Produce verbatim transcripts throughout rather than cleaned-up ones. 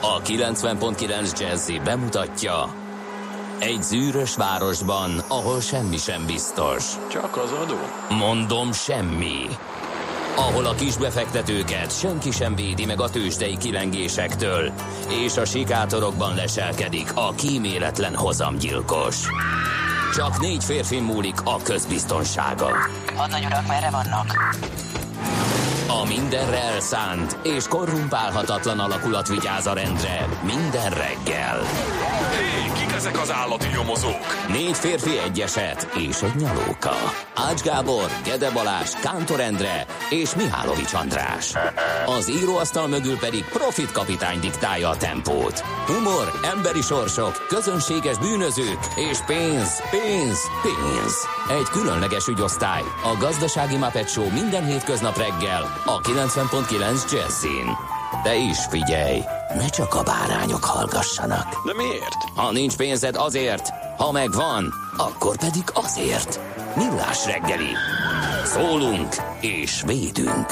A kilencven pont kilenc Jazzy bemutatja: egy zűrös városban, ahol semmi sem biztos. Csak az adó? Mondom, semmi. Ahol a kisbefektetőket senki sem védi meg a tőzsdei kilengésektől, és a sikátorokban leselkedik a kíméletlen hozamgyilkos. Csak négy férfi múlik a közbiztonsága. Hadnagy urak, merre vannak? A mindenre elszánt és korrumpálhatatlan alakulat vigyáz a rendre minden reggel. Hé, kik ezek az állati nyomozók? Négy férfi, egy eset és egy nyalóka. Ács Gábor, Gede Balázs, Kántor Endre és Mihálovics András. Az íróasztal mögül pedig Profit kapitány diktálja a tempót. Humor, emberi sorsok, közönséges bűnözők és pénz, pénz, pénz. Egy különleges ügyosztály, a Gazdasági Muppet Show minden hétköznap reggel a kilencven pont kilenc Jazzin. De is figyelj, ne csak a bárányok hallgassanak. De miért? Ha nincs pénzed, azért, ha megvan, akkor pedig azért. Millás reggeli. Szólunk és védünk.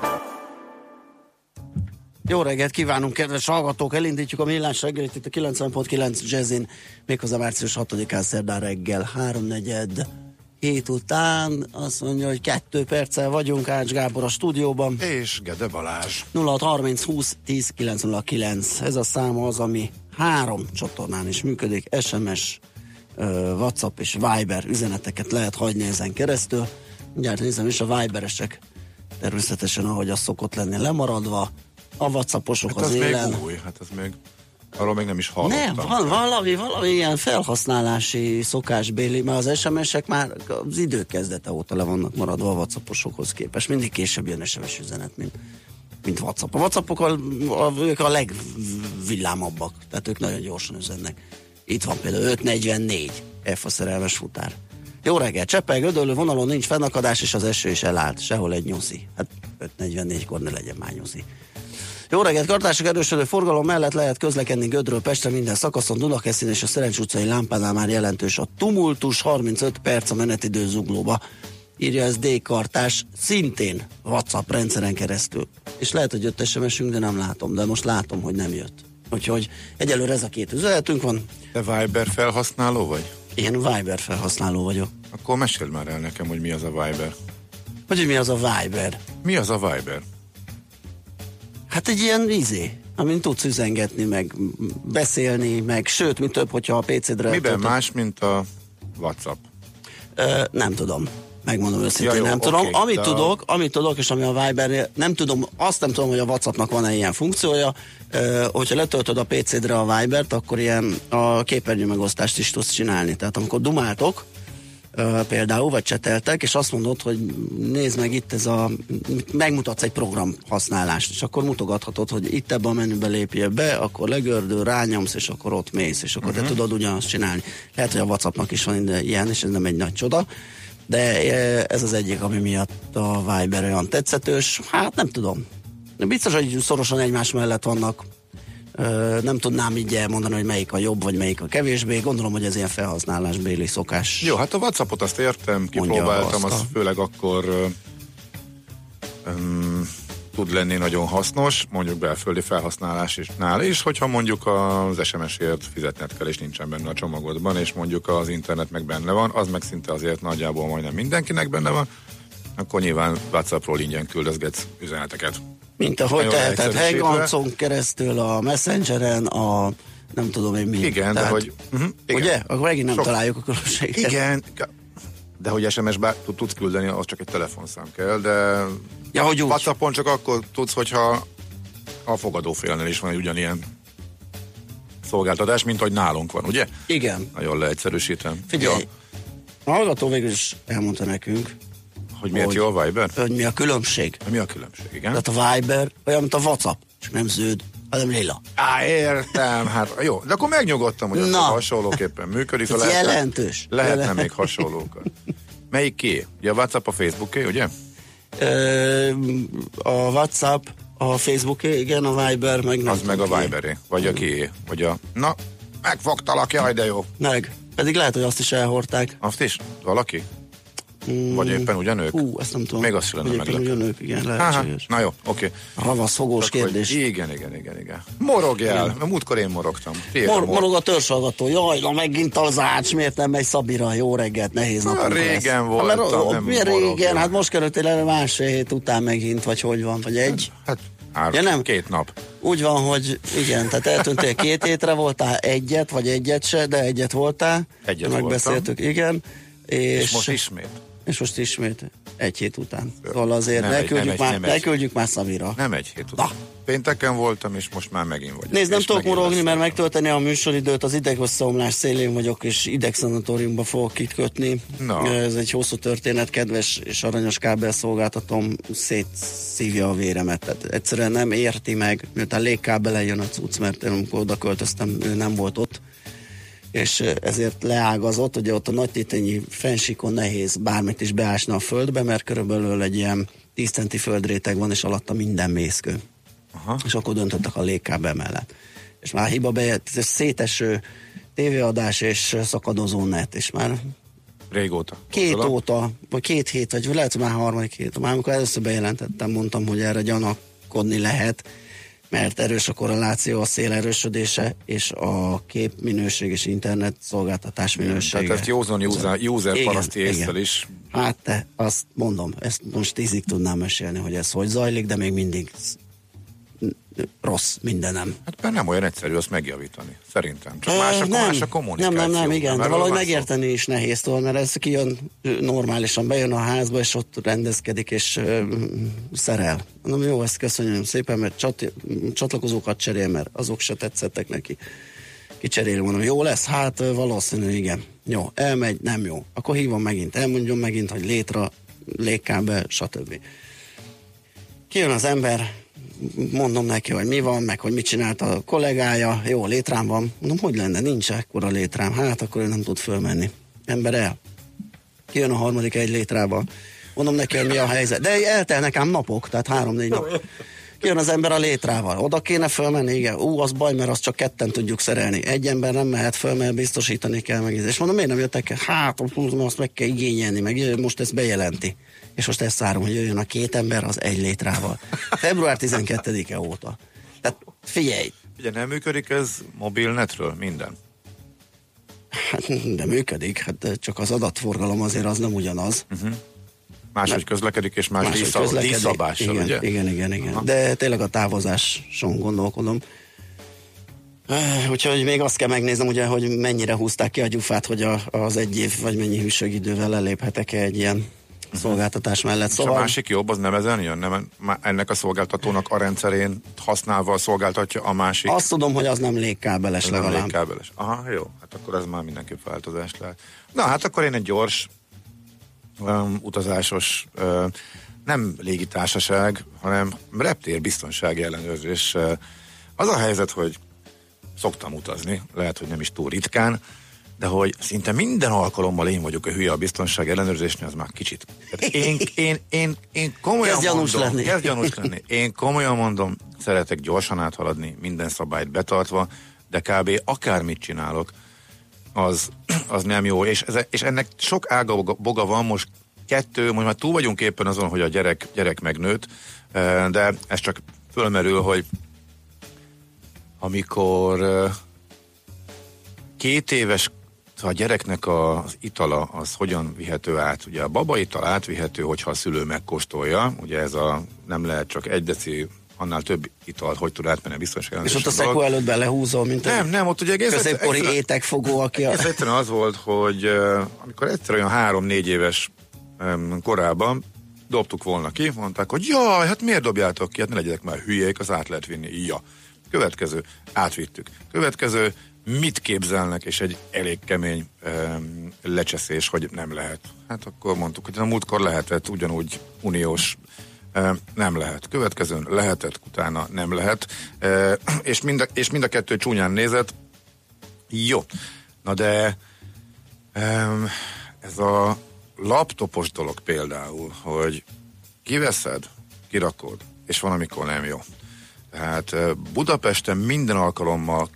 Jó reggelt kívánunk, kedves hallgatók! Elindítjuk a Millás reggelit itt a kilencven pont kilenc Jazzin, méghozzá március hatodikán szerdán reggel háromnegyed hét után. Azt mondja, hogy kettő perccel vagyunk, Ács Gábor a stúdióban. És Gede Balázs. nulla hat harminc húsz tíz kilenc nulla kilenc. Ez a száma az, ami három csatornán is működik. es em es, WhatsApp és Viber üzeneteket lehet hagyni ezen keresztül. Mindjárt nézem is, a Viberesek természetesen, ahogy az szokott lenni, lemaradva. A WhatsApposok hát az, az élen. még új, hát ez még, arról még nem is hallottam. Nem, van valami, valami ilyen felhasználási szokásbéli, mert az es em esek már az idő kezdete óta le vannak maradva a WhatsApposokhoz képest. Mindig később jön es em es üzenet, mint, mint WhatsApp. A WhatsAppok a, a, ők a legvillámabbak, tehát ők nagyon gyorsan üzennek. Itt van például öt negyvennégy, F a szerelmes futár. Jó reggel, Cseppel, Gödöllő vonalon nincs fennakadás, és az eső is elállt. Sehol egy nyuszi. Hát öt negyvennégykor ne legyen már nyuszi. Jó reggelt, kartások, erősödő forgalom mellett lehet közlekedni Gödről Pestre minden szakaszon, Dunakeszin és a Szerencs utcai lámpánál már jelentős a tumultus, harmincöt perc a menetidő Zuglóba. Írja ez D-kartás, szintén WhatsApp rendszeren keresztül. És lehet, hogy jött es em esünk, de nem látom, de most látom, hogy nem jött. Úgyhogy egyelőre ez a két üzenetünk van. Te Viber felhasználó vagy? Én Viber felhasználó vagyok. Akkor meséld már el nekem, hogy mi az a Viber. Hogy, hogy mi az a Viber? Mi az a Viber? Hát egy ilyen izé, amin tudsz üzengetni, meg beszélni, meg sőt, mi több, hogyha a pé cédre... Miben töltöd... más, mint a WhatsApp? Ö, nem tudom. Megmondom őszintén, ja, jó, nem tudom. Okay, amit de... tudok, amit tudok, és ami a Viber, nem tudom, azt nem tudom, hogy a WhatsAppnak van-e ilyen funkciója. Ö, hogyha letöltöd a pé cédre a Vibert, akkor ilyen a képernyő megosztást is tudsz csinálni. Tehát amikor dumáltok, ö, például, vagy cseteltek, és azt mondod, hogy nézd meg itt ez a, megmutatsz egy program használást, és akkor mutogathatod, hogy itt ebbe a menübe lépjél be, akkor legördül, rányomsz, és akkor ott mész, és akkor uh-huh. te tudod ugyanazt csinálni. Lehet, hogy a WhatsAppnak is van ilyen, és ez nem egy nagy csoda. De ez az egyik, ami miatt a Viber olyan tetszetős. Hát nem tudom. Biztos, hogy szorosan egymás mellett vannak. Nem tudnám így elmondani, hogy melyik a jobb, vagy melyik a kevésbé. Gondolom, hogy ez ilyen felhasználásbéli szokás. Jó, hát a WhatsAppot azt értem, kipróbáltam, az főleg akkor um, tud lenni nagyon hasznos, mondjuk belföldi felhasználásnál is, hogyha mondjuk az es em esért fizetned kell, és nincsen benne a csomagodban, és mondjuk az internet meg benne van, az meg szinte azért nagyjából majdnem mindenkinek benne van, akkor nyilván WhatsAppról ingyen küldözgetsz üzeneteket. Mint ahogy teheted Hangoutson keresztül, a Messengeren, a nem tudom én mi. Igen, tehát, de hogy... Uh-huh, igen. Ugye? Akkor megint nem Sok... találjuk a különbséget. Igen, de hogy es em es bár tudsz küldeni, az csak egy telefonszám kell, de ja, hogy WhatsAppon csak akkor tudsz, hogyha a fogadófélnél is van egy ugyanilyen szolgáltatás, mint hogy nálunk van, ugye? Igen. Nagyon leegyszerűsítem. Figyelj, ja. A hallgató végül is elmondta nekünk, hogy miért hogy, jó a Viber? Hogy mi a különbség. Mi a különbség, igen? Tehát a Viber olyan, mint a WhatsApp, csak nem zöld, hanem lila. Á, értem, hát jó, de akkor megnyugodtam, hogy az hasonlóképpen működik. Ez lehetne, jelentős. Lehetne jelentős. Még hasonlókat. Melyik ki? Ugye a WhatsApp a Facebooké, ugye? Ö, a WhatsApp, a Facebooké, igen, a Viber, meg nem. Az meg a Viberé, vagy a kié, vagy a... Na, megfogtalak, jaj, de jó. Meg. Pedig lehet, hogy azt is elhordták. Azt is? Valaki? Mm. Vagy éppen ugyanők? Hú, ezt nem tudom. Még azt sem lenne meglep. Ugyanők, igen, lehetséges. Na jó, oké. Okay. Ravaszfogós kérdés. Hogy, igen, igen, igen, igen. Morogjál, igen. Múltkor én morogtam. Mor- morog a törzshallgató. Jaj, na megint az ács, miért nem megy Szabira? Jó reggelt, nehéz napunk lesz. Régen voltam, hát, mert, nem milyen régen? Hát most kerültél el másfél hét után megint, vagy hogy van, vagy egy? Hát, hát ja, nem? két nap. Úgy van, hogy igen, tehát eltűntél két hétre, voltál egyet, vagy egyet se, de egyet voltál. Egyet megbeszéltük, voltam. Igen. És, és most ismét. És most ismét egy hét után. Szóval azért nem ne, egy, küldjük, nem már, egy, ne küldjük már Szabira. Nem egy hét után. Na. Pénteken voltam, és most már megint vagyok. Nézd, nem tudok morogni, mert megtölteni a műsoridőt, az idegösszeomlás szélén vagyok, és idegszanatóriumba fogok kitkötni. No. Ez egy hosszú történet, kedves és aranyos kábelszolgáltatom szétszívja a véremet. Tehát egyszerűen nem érti meg, miután légkábelen jön a cucc, mert én amikor oda költöztem, ő nem volt ott, és ezért leágazott, ugye ott a nagytétényi fensíkon nehéz bármit is beásni a földbe, mert körülbelül egy ilyen tíz centi földréteg van, és alatta minden mészkő. Aha. És akkor döntöttek a légkábel mellett. És már hiba bejött, ez széteső tévéadás és szakadozó net, és már régóta. Két Gondolom. óta, vagy két hét, vagy lehet, hogy már harmadik hét. Már amikor először bejelentettem, mondtam, hogy erre gyanakodni lehet, mert erős a korreláció, a szél erősödése és a képminőség és internet szolgáltatás minősége. Tehát ezt józan user, user paraszti észre is. Hát te, azt mondom, ezt most tízig tudnám mesélni, hogy ez hogy zajlik, de még mindig rossz mindenem. Hát már nem olyan egyszerű azt megjavítani, szerintem. Csak más a, nem, más a kommunikáció. Nem, nem, nem, igen, de valahogy megérteni is nehéz tól, mert ez kijön normálisan, bejön a házba, és ott rendezkedik, és uh, szerel. Mondom, jó, ezt köszönöm szépen, mert csat, csatlakozókat cserél, mert azok se tetszettek neki. Kicserélni, mondom, jó lesz? Hát valószínű, igen. Jó, elmegy, nem jó. Akkor hívom megint, elmondjon megint, hogy létre, légkábel, stb. Kijön az ember, mondom neki, hogy mi van, meg hogy mit csinált a kollégája, jó, létrám van. Mondom, hogy lenne, nincs ekkora létrám. Hát akkor ő nem tud fölmenni. Ember el. Kijön a harmadik egy létrában. Mondom neki, hogy mi a helyzet. De eltelnek ám napok, tehát három-négy nap. Kijön az ember a létrával. Oda kéne fölmenni, igen. Ú, az baj, mert azt csak ketten tudjuk szerelni. Egy ember nem mehet föl, mert biztosítani kell meg. És mondom, miért nem jöttek el? Hát, azt meg kell igényelni, meg most ezt bejelenti. És most ezt várom, hogy jöjjön a két ember az egy létrával. február tizenkettedike óta. Tehát figyelj! Ugye nem működik ez mobilnetről minden? Hát, de működik, hát csak az adatforgalom azért az nem ugyanaz. Uh-huh. Máshogy közlekedik, és más díszabással, igen, ugye? Igen, igen, igen. Aha. De tényleg a távozáson gondolkodom. Úgyhogy még azt kell megnéznem, ugye, hogy mennyire húzták ki a gyufát, hogy a, az egy év, vagy mennyi hűségidővel leléphetek-e egy ilyen szolgáltatás mellett. Szóval... És a másik jobb, az nem ezen jön? Nem, ennek a szolgáltatónak a rendszerén használva szolgáltatja a másik? Azt tudom, hogy az nem légkábeles legalább. Nem légkábeles. Aha, jó. Hát akkor ez már mindenképp változás lehet. Na, hát akkor én egy gyors um, utazásos uh, nem légitársaság, hanem reptérbiztonsági ellenőrzés. Uh, az a helyzet, hogy szoktam utazni, lehet, hogy nem is túl ritkán, de hogy szinte minden alkalommal én vagyok a hülye a biztonság ellenőrzésnél, az már kicsit. Én, én, én, én komolyan kezd gyanús mondom, lenni. kezd gyanús lenni. Én komolyan mondom, szeretek gyorsan áthaladni, minden szabályt betartva, de kb. Akármit csinálok, az, az nem jó, és, ez, és ennek sok ága boga van, most kettő, most már túl vagyunk éppen azon, hogy a gyerek, gyerek megnőtt, de ez csak fölmerül, hogy amikor két éves a gyereknek az itala, az hogyan vihető át? Ugye a baba ital átvihető, hogyha a szülő megkóstolja, ugye ez a nem lehet csak egy deci, annál több italt, hogy tud átmenni a biztonság. És ott a szekó előtt belehúzol, mint nem, nem, ott ugye egész középkori egyszer, étekfogó, aki a... Egész egyszerűen az volt, hogy uh, amikor egyszer olyan három-négy éves um, korában dobtuk volna ki, mondták, hogy jaj, hát miért dobjátok ki? Hát ne legyetek már hülyék, az át lehet vinni. Ja. Következő, átvittük. Következő, mit képzelnek, és egy elég kemény um, lecseszés, hogy nem lehet. Hát akkor mondtuk, hogy a múltkor lehetett, ugyanúgy uniós, um, nem lehet. Következőn lehetett, utána nem lehet. Uh, és, mind a, és mind a kettő csúnyán nézett. Jó. Na de um, ez a laptopos dolog például, hogy kiveszed, kirakod, és van, amikor nem jó. Tehát Budapesten minden alkalommal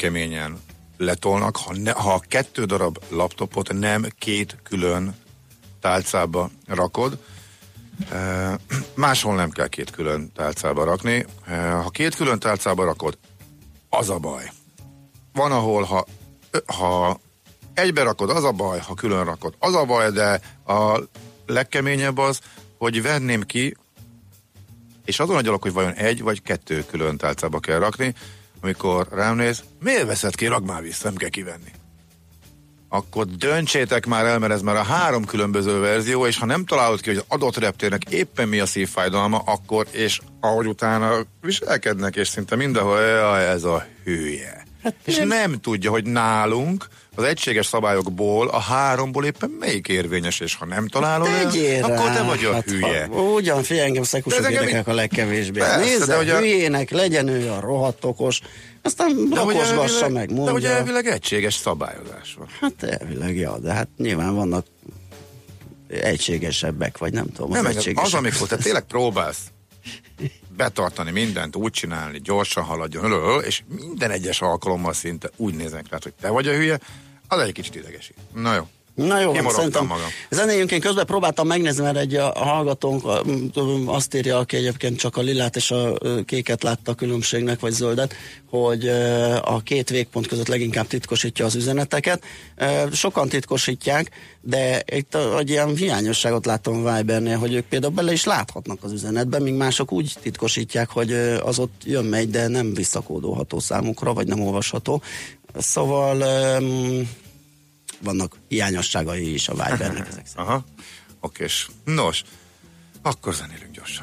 kőkeményen letolnak, ha, ne, ha kettő darab laptopot nem két külön tálcába rakod. Máshol nem kell két külön tálcába rakni. Ha két külön tálcába rakod, az a baj. Van, ahol ha, ha egybe rakod, az a baj, ha külön rakod, az a baj, de a legkeményebb az, hogy venném ki, és azon a gyalog, hogy vajon egy vagy kettő külön tálcába kell rakni, amikor rám néz, miért veszed ki, rak már vissza, nem kell kivenni. Akkor döntsétek már el, mert ez már a három különböző verzió, és ha nem találod ki, hogy az adott reptérnek éppen mi a szívfájdalma, akkor, és ahogy utána viselkednek, és szinte mindenhol, jaj, ez a hülye. Hát és nem. nem tudja, hogy nálunk az egységes szabályokból a háromból éppen melyik érvényes, és ha nem találod el, akkor te vagy a hát, hülye. Ha, ugyan, figyelj, engem szekusok érdekek mi... a legkevésbé. Nézze, a... hülyének, legyen ő a rohadt okos, aztán rakosgassa meg, mondja. De hogy elvileg egységes szabályozás van. Hát elvileg, ja, de hát nyilván vannak egységesebbek, vagy nem tudom. Az, nem, az, amikor te tényleg próbálsz betartani mindent, úgy csinálni, gyorsan haladjon, és minden egyes alkalommal szinte úgy néznek rá, hogy te vagy a hülye, az egy kicsit idegesít. Na jó. Na jó, szerintem magam. Zenéjünk, én közben próbáltam megnézni, mert egy a hallgatónk azt írja, aki egyébként csak a lilát és a kéket látta a különbségnek, vagy zöldet, hogy a két végpont között leginkább titkosítja az üzeneteket. Sokan titkosítják, de itt egy ilyen hiányosságot látom a Vibernél, hogy ők például bele is láthatnak az üzenetben, míg mások úgy titkosítják, hogy az ott jön megy, de nem visszakódolható számukra, vagy nem olvasható. Szóval... Um, vannak hiányosságai is a Vibernek ezek szerint. Aha, okés. Nos, akkor zenélünk gyorsan.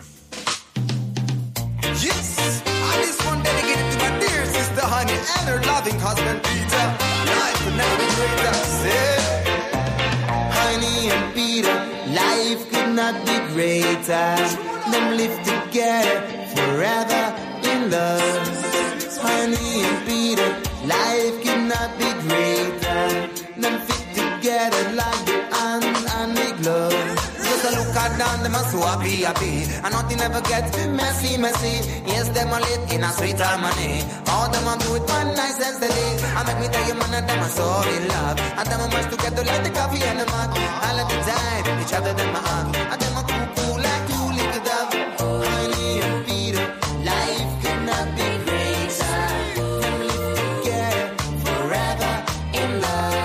Yes, I just want dedicated to my dear sister Honey and her loving husband Peter. Life would never be greater. Say, Honey and Peter, life could not be greater. Them live together forever in love. Honey and Peter, life could not be greater. Them fit together like the hand and the glove. Just a look at them, them are so happy, happy. And nothing ever gets messy, messy. Yes, them are lit in a sweet harmony. All them are do it one nice and steady. I make me tell you, man, and them are so in love. And them are much together like the coffee and the mug. All of the time, each other them are hug. And them are cool, cool like two little dove. Honey and Peter, life cannot be greater. Them live together forever in love.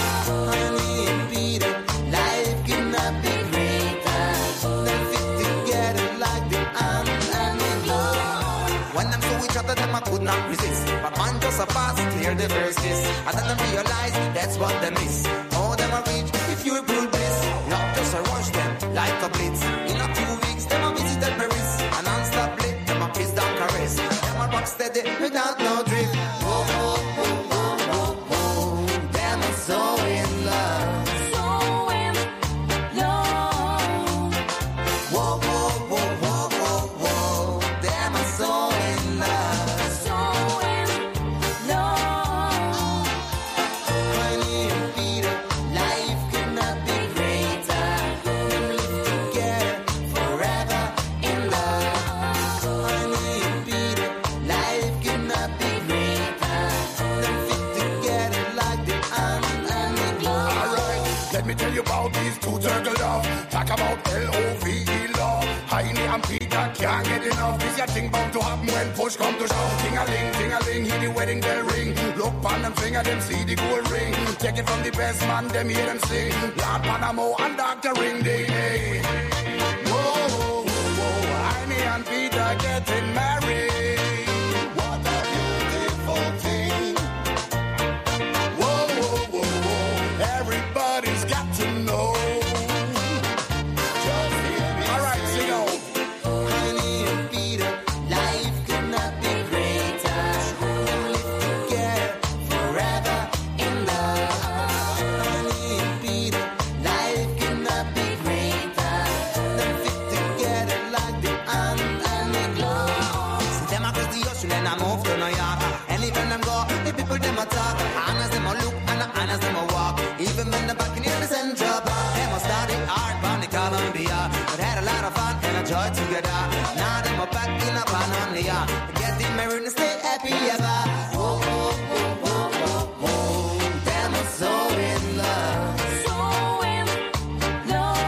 Them I could not resist, but man just a pass, clear the first kiss. And then I realize that's what they miss. Oh, them I reach, if you pull bliss. Not just a rush them, like a blitz. In a few weeks, them I visited Paris. And non-stop lit, them I kiss down caress. Them I rock steady, without no drift. Whoa, whoa, whoa, whoa, whoa, whoa. Them are so in love. So in love. Whoa, whoa, whoa, whoa, whoa, whoa. Them are so in love. About these two turtle off. Talk about L O V E love. Heine and Peter can't get enough. This your thing bound to happen when push come to shove. Ting-a-ling, ting-a-ling, hear the wedding bell ring. Look on them finger, them see the gold ring. Take it from the best man, them hear them sing. Lord Panamo and Doctor Ring Day. Hey. Whoa, whoa, whoa, whoa. Heine and Peter getting married. What a beautiful thing. Whoa, whoa, whoa, whoa. Everybody's got to know. Just hear me. All right, sing on. Honey and Peter, life could not be greater. Them live together forever in love. Honey and Peter, life could not be greater. Them fit together like the hand and the glove. See them across the ocean and I move to New York. And even them go, the people them a talk. And as them a look and as them a walk. Even when the back in the center, them a study art from the Columbia. But had a lot of fun and a joy together. Now them a back in a Panonia. Getting married and stay happy ever. Whoa, whoa, whoa, whoa, whoa, whoa. Them are so in love. So in love.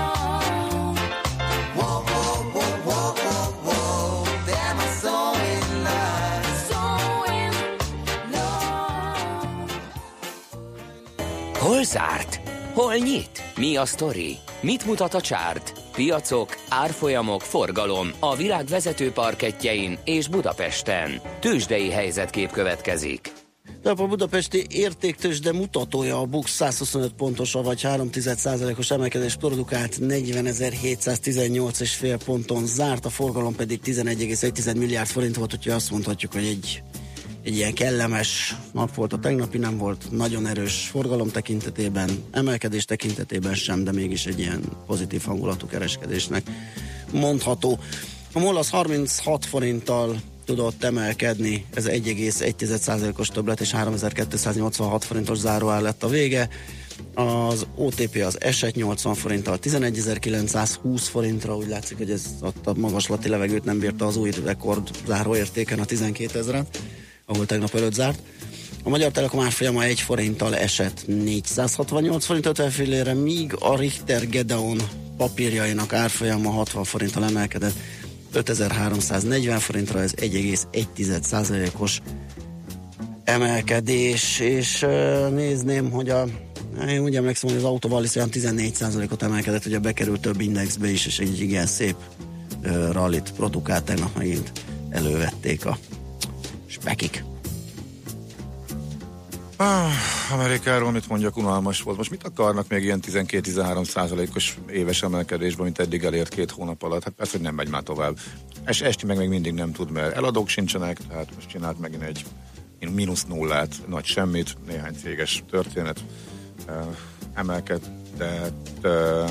Hol zárt? Hol nyit? Mi a sztori? Mit mutat a csárt? Piacok, árfolyamok, forgalom a világ vezető parkettjein és Budapesten. Tőzsdei helyzetkép következik. De a budapesti értéktőzsde mutatója a BUX száz huszonöt pontos, vagy három egész egy százalékos emelkedés produkált, negyvenezer-hétszáztizennyolc egész öt ponton zárt, a forgalom pedig tizenegy egész egy milliárd forint volt, úgyhogy azt mondhatjuk, hogy egy, egy ilyen kellemes nap volt a tegnapi, nem volt nagyon erős forgalom tekintetében, emelkedés tekintetében sem, de mégis egy ilyen pozitív hangulatú kereskedésnek mondható. A MOL az harminchat forinttal tudott emelkedni, ez egy egész egy százalékos többlet és háromezer-kétszáznyolcvanhat forintos záróár lett a vége. Az o té pé az esett nyolcvan forinttal tizenegyezer-kilencszázhúsz forintra, úgy látszik, hogy ez ott a magaslati levegőt nem bírta az új rekord záróértéken, a tizenkétezret, ahol tegnap előtt zárt. A Magyar Telekom árfolyama egy forinttal esett négyszázhatvannyolc forint ötven fillére, míg a Richter Gedeon papírjainak árfolyama hatvan forinttal emelkedett ötezer-háromszáznegyven forintra, ez egy egész egy százalékos emelkedés, és uh, nézném, hogy a én úgy emlékszem, hogy az Autovalis olyan tizennégy százalékot emelkedett, ugye bekerült több indexbe is, és egy igen szép uh, rallit produkált, tegnap megint elővették a spekik. Ah, Amerikáról mit mondjak, unalmas volt. Most mit akarnak még ilyen tizenkét-tizenhárom százalékos éves emelkedésben, mint eddig elért két hónap alatt? Hát persze, hogy nem megy már tovább. Es, esti meg még mindig nem tud, mert eladók sincsenek, tehát most csinált megint egy mínusz nullát, nagy semmit, néhány céges történet uh, emelkedett. Uh,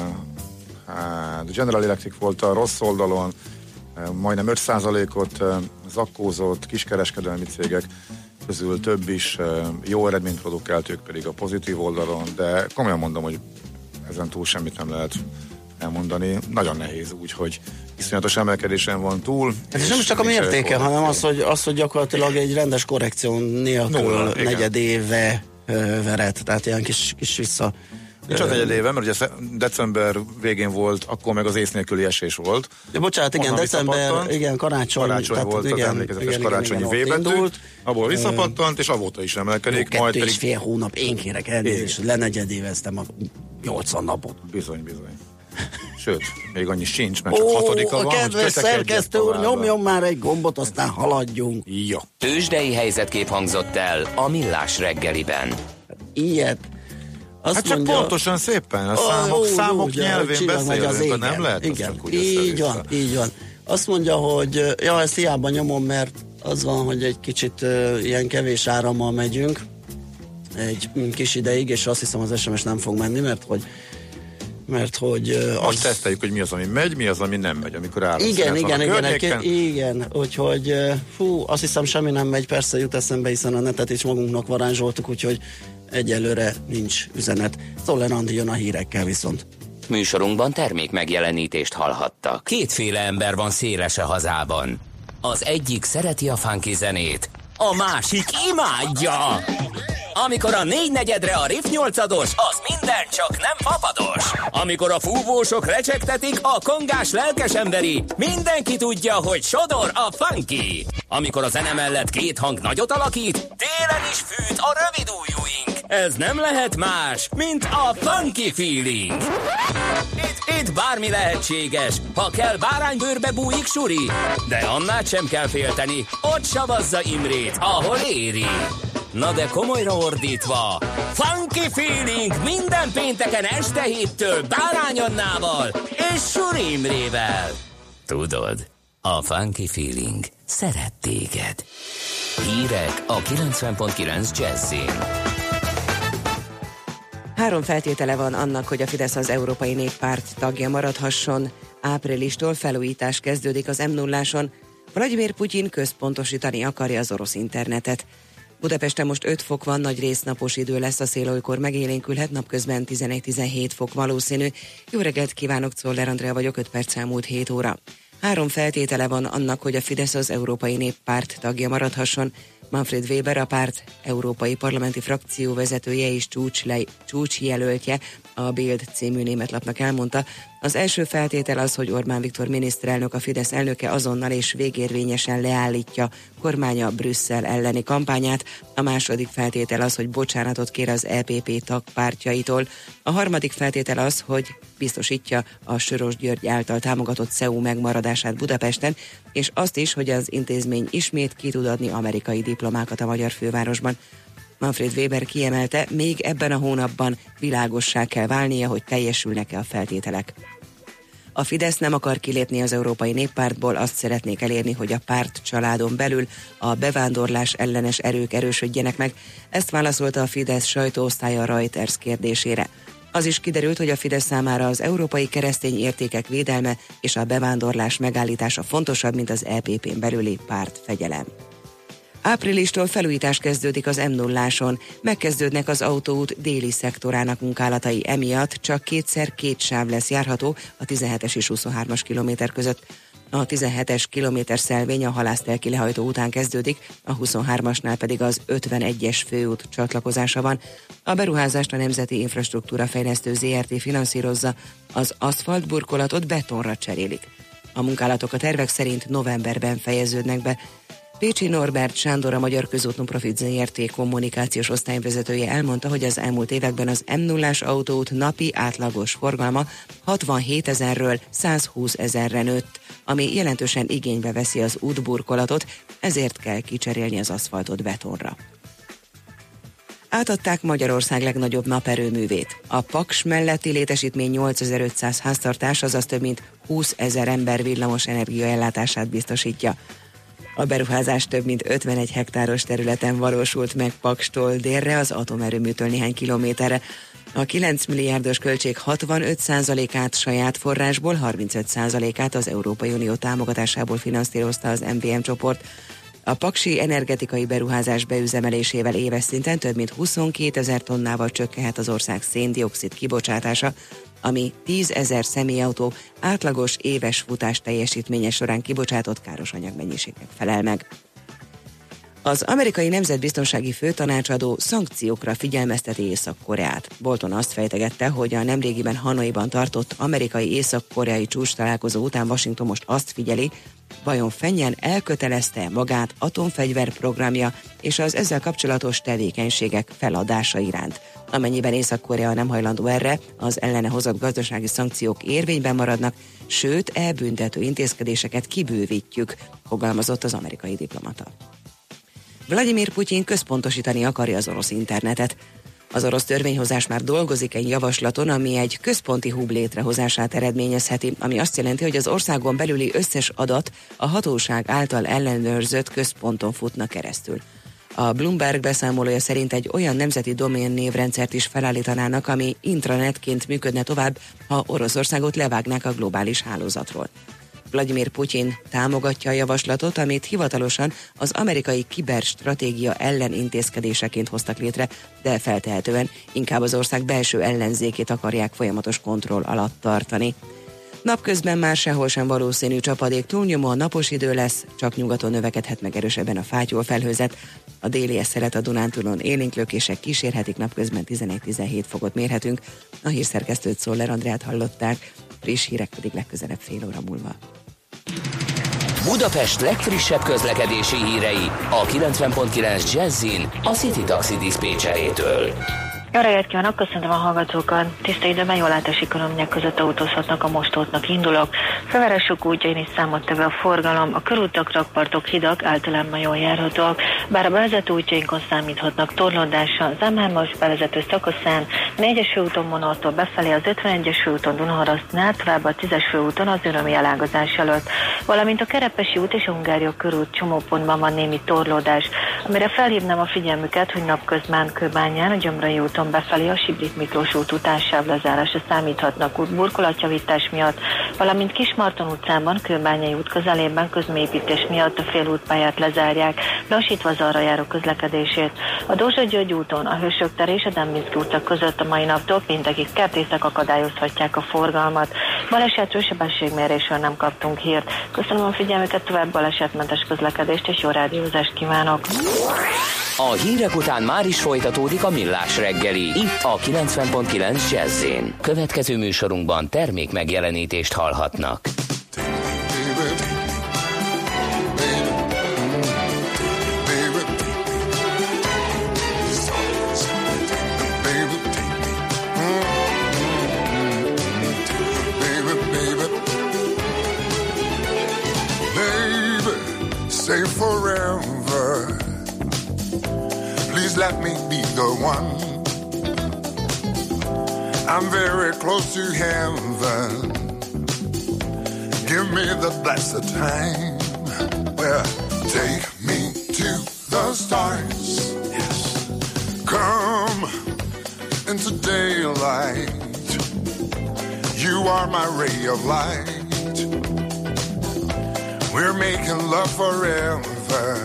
hát General Electric volt a rossz oldalon, uh, majdnem öt százalékot uh, zakkózott, kiskereskedelmi cégek közül több is jó eredményt produkált, ők pedig a pozitív oldalon, de komolyan mondom, hogy ezen túl semmit nem lehet elmondani. Nagyon nehéz úgy, hogy iszonyatos emelkedésen van túl. Ez nem csak a mértéke, hanem az, hogy, az, hogy gyakorlatilag egy rendes korrekció nélkül Nulla, negyed éve veret, tehát ilyen kis, kis vissza. Nincs az negyed éve, mert ugye december végén volt, akkor meg az ész nélküli esés volt. De bocsánat, igen, december, igen, karácsony. Karácsony tehát, volt, igen, az emlékezetes igen, karácsonyi V-betű, abból visszapattant, és avóta is emelkedik. Kettő majd és fél hónap, én kérek elnézést, hogy lenegyedéveztem a nyolcvan napot. Bizony, bizony. Sőt, még annyi sincs, mert csak Ó, hatodika van. Ó, kedves szerkesztő úr, nyomjon már egy gombot, aztán haladjunk. Jó. Tőzsdei helyzetkép hangzott el a Millás reggeliben. Ilyet. Azt hát csak mondja, pontosan szépen, a számok, ó, számok ugye, nyelvén beszélünk, nem lehet igen, csak úgy így van, így van. Azt mondja, hogy ja, ezt hiába nyomom, mert az van, hogy egy kicsit uh, ilyen kevés árammal megyünk egy kis ideig, és azt hiszem az es em es nem fog menni, mert hogy mert hogy uh, most az... teszteljük, hogy mi az, ami megy, mi az, ami nem megy, amikor áram igen, igen, igen, igen, igen, úgyhogy uh, fú, azt hiszem semmi nem megy, persze jut eszembe, hiszen a netet is magunknak varázsoltuk, úgyhogy egyelőre nincs üzenet. Szoller Andi jön a hírekkel viszont. Műsorunkban termék megjelenítést hallhattak. Kétféle ember van széles a hazában. Az egyik szereti a funky zenét, a másik imádja. Amikor a négynegyedre a riff nyolcados, az minden csak nem fapados. Amikor a fúvósok recsegtetik, a kongás lelkes emberi, mindenki tudja, hogy sodor a funky. Amikor a zene mellett két hang nagyot alakít, télen is fűt a rövid ujjúink. Ez nem lehet más, mint a funky feeling. Itt, itt bármi lehetséges, ha kell báránybőrbe bújik suri, de annál sem kell félteni, ott savazza Imrét, ahol éri. Na de komolyra ordítva, funky feeling minden pénteken este héttől Bárány Annával és Suri Imrével. Tudod, a funky feeling szeret téged. Hírek a kilencven pont kilenc Jazzin. Három feltétele van annak, hogy a Fidesz az Európai Néppárt tagja maradhasson. Áprilistól felújítás kezdődik az em nulláson. Vladimir Putyin központosítani akarja az orosz internetet. Budapesten most öt fok van, nagy résznapos idő lesz, a szél olykor megélénkülhet, napközben tizenegy-tizenhét fok valószínű. Jó reggelt kívánok, Czoller Andrea vagyok, öt perc elmúlt hét óra. Három feltétele van annak, hogy a Fidesz az Európai Néppárt tagja maradhasson. Manfred Weber, a párt európai parlamenti frakció vezetője és csúcsjelöltje, a Bild című német lapnak elmondta, Az első feltétel az, hogy Orbán Viktor miniszterelnök, a Fidesz elnöke azonnal és végérvényesen leállítja kormánya Brüsszel elleni kampányát. A második feltétel az, hogy bocsánatot kér az é pé pé tagpártjaitól. A harmadik feltétel az, hogy biztosítja a Soros György által támogatott cé e u megmaradását Budapesten, és azt is, hogy az intézmény ismét ki tud adni amerikai diplomákat a magyar fővárosban. Manfred Weber kiemelte, még ebben a hónapban világossá kell válnia, hogy teljesülnek-e a feltételek. A Fidesz nem akar kilépni az Európai Néppártból, azt szeretnék elérni, hogy a párt családon belül a bevándorlás ellenes erők erősödjenek meg. Ezt válaszolta a Fidesz sajtóosztálya Reuters kérdésére. Az is kiderült, hogy a Fidesz számára az európai keresztény értékek védelme és a bevándorlás megállítása fontosabb, mint az é pé pén belüli pártfegyelem. Áprilistól felújítás kezdődik az em nulláson, megkezdődnek az autóút déli szektorának munkálatai, emiatt csak kétszer két sáv lesz járható a tizenhetes és huszonhármas kilométer között. A tizenhetes kilométer szelvény a Halásztelki lehajtó után kezdődik, a huszonhármasnál pedig az ötvenegyes főút csatlakozása van. A beruházást a Nemzeti Infrastruktúra Fejlesztő zé er té finanszírozza, az aszfaltburkolatot betonra cserélik. A munkálatok a tervek szerint novemberben fejeződnek be. Pécsi Norbert Sándor, a Magyar Közút Profit zé er té kommunikációs osztályvezetője elmondta, hogy az elmúlt években az em nullás autóút napi átlagos forgalma hatvanhétezerről százhúszezerre nőtt, ami jelentősen igénybe veszi az útburkolatot, ezért kell kicserélni az aszfaltot betonra. Átadták Magyarország legnagyobb naperőművét. A Paks melletti létesítmény nyolcezer-ötszáz háztartás, azaz több mint húszezer ember villamos energiaellátását biztosítja. A beruházás több mint ötvenegy hektáros területen valósult meg Pakstól délre, az atomerőműtől néhány kilométerre. A kilenc milliárdos költség hatvanöt százalékát saját forrásból, harmincöt százalékát az Európai Unió támogatásából finanszírozta az em vé em csoport. A paksi energetikai beruházás beüzemelésével éves szinten több mint huszonkétezer tonnával csökkenhet az ország szén-dioxid kibocsátása, ami tízezer személyautó átlagos éves futás teljesítménye során kibocsátott káros anyagmennyiségnek felel meg. Az amerikai nemzetbiztonsági főtanácsadó szankciókra figyelmezteti Észak-Koreát. Bolton azt fejtegette, hogy a nemrégiben Hanoiban tartott amerikai észak-koreai csúcs találkozó után Washington most azt figyeli, vajon fennyen elkötelezte magát atomfegyver programja és az ezzel kapcsolatos tevékenységek feladása iránt. Amennyiben Észak-Korea nem hajlandó erre, az ellene hozott gazdasági szankciók érvényben maradnak, sőt, elbüntető intézkedéseket kibővítjük, fogalmazott az amerikai diplomata. Vladimir Putyin központosítani akarja az orosz internetet. Az orosz törvényhozás már dolgozik egy javaslaton, ami egy központi hub létrehozását eredményezheti, ami azt jelenti, hogy az országon belüli összes adat a hatóság által ellenőrzött központon futna keresztül. A Bloomberg beszámolója szerint egy olyan nemzeti domén névrendszert is felállítanának, ami intranetként működne tovább, ha Oroszországot levágnák a globális hálózatról. Vladimir Putyin támogatja a javaslatot, amit hivatalosan az amerikai kiberstratégia ellen intézkedéseként hoztak létre, de feltehetően inkább az ország belső ellenzékét akarják folyamatos kontroll alatt tartani. Napközben már sehol sem valószínű csapadék, túlnyomóan napos idő lesz, csak nyugaton növekedhet meg erősebben a fátyol felhőzet. A déli eszelet a Dunántúlon élénk lökések kísérhetik, napközben tizenegy-tizenhét fokot mérhetünk. A hírszerkesztőt, Szoller Andrát hallották, friss hírek pedig legközelebb fél óra múlva. Budapest legfrissebb közlekedési hírei a kilencven pont kilenc Jazzin a City Taxi diszpécserétől. Jó reggelt kívánok, köszöntöm a hallgatókat. Tiszta időben jól látási körülmények között autózhatnak, a Mostótnak indulok. Fővárosok útjain is számottevő a forgalom, a körútak, rakpartok, hidak általában jól járhatóak, bár a bevezető útjainkon számíthatnak torlódásra, az em hármas bevezető szakaszán, négyes főúton Monortól befelé, az ötvenegyes főúton Dunaharasztnál, tovább a tízes főúton az Ürömi elágazás előtt, valamint a Kerepesi út és a Hungária körút csomópontban van némi torlódás, amire felhívnám a figyelmüket, hogy napközben Kőbányán, a Gyömrei úton befelé a Sibrik Miklós út után sávlezárásra számíthatnak útburkolatjavítás miatt, valamint Kismarton utcában, Kőbányai út közelében közműépítés miatt a félútpályát lezárják, lassítva az arra járó közlekedését. A Dózsa-György úton, a Hősök tere és a Dembinszky utca között a mai naptól péntekig kertészek akadályozhatják a forgalmat. Balesetről, sebességmérésről nem kaptunk hírt. Köszönöm a figyelmüket, tovább balesetmentes közlekedést és jó rádiózást kívánok! A hírek után már is folytatódik a Millás reggeli, itt a kilencven pont kilenc Jazz-én. Következő műsorunkban termék megjelenítést hallhatnak. Say forever, please let me be the one. I'm very close to heaven. Give me the blessed time. Well, take me to the stars. Yes. Come into daylight. You are my ray of light. We're making love forever.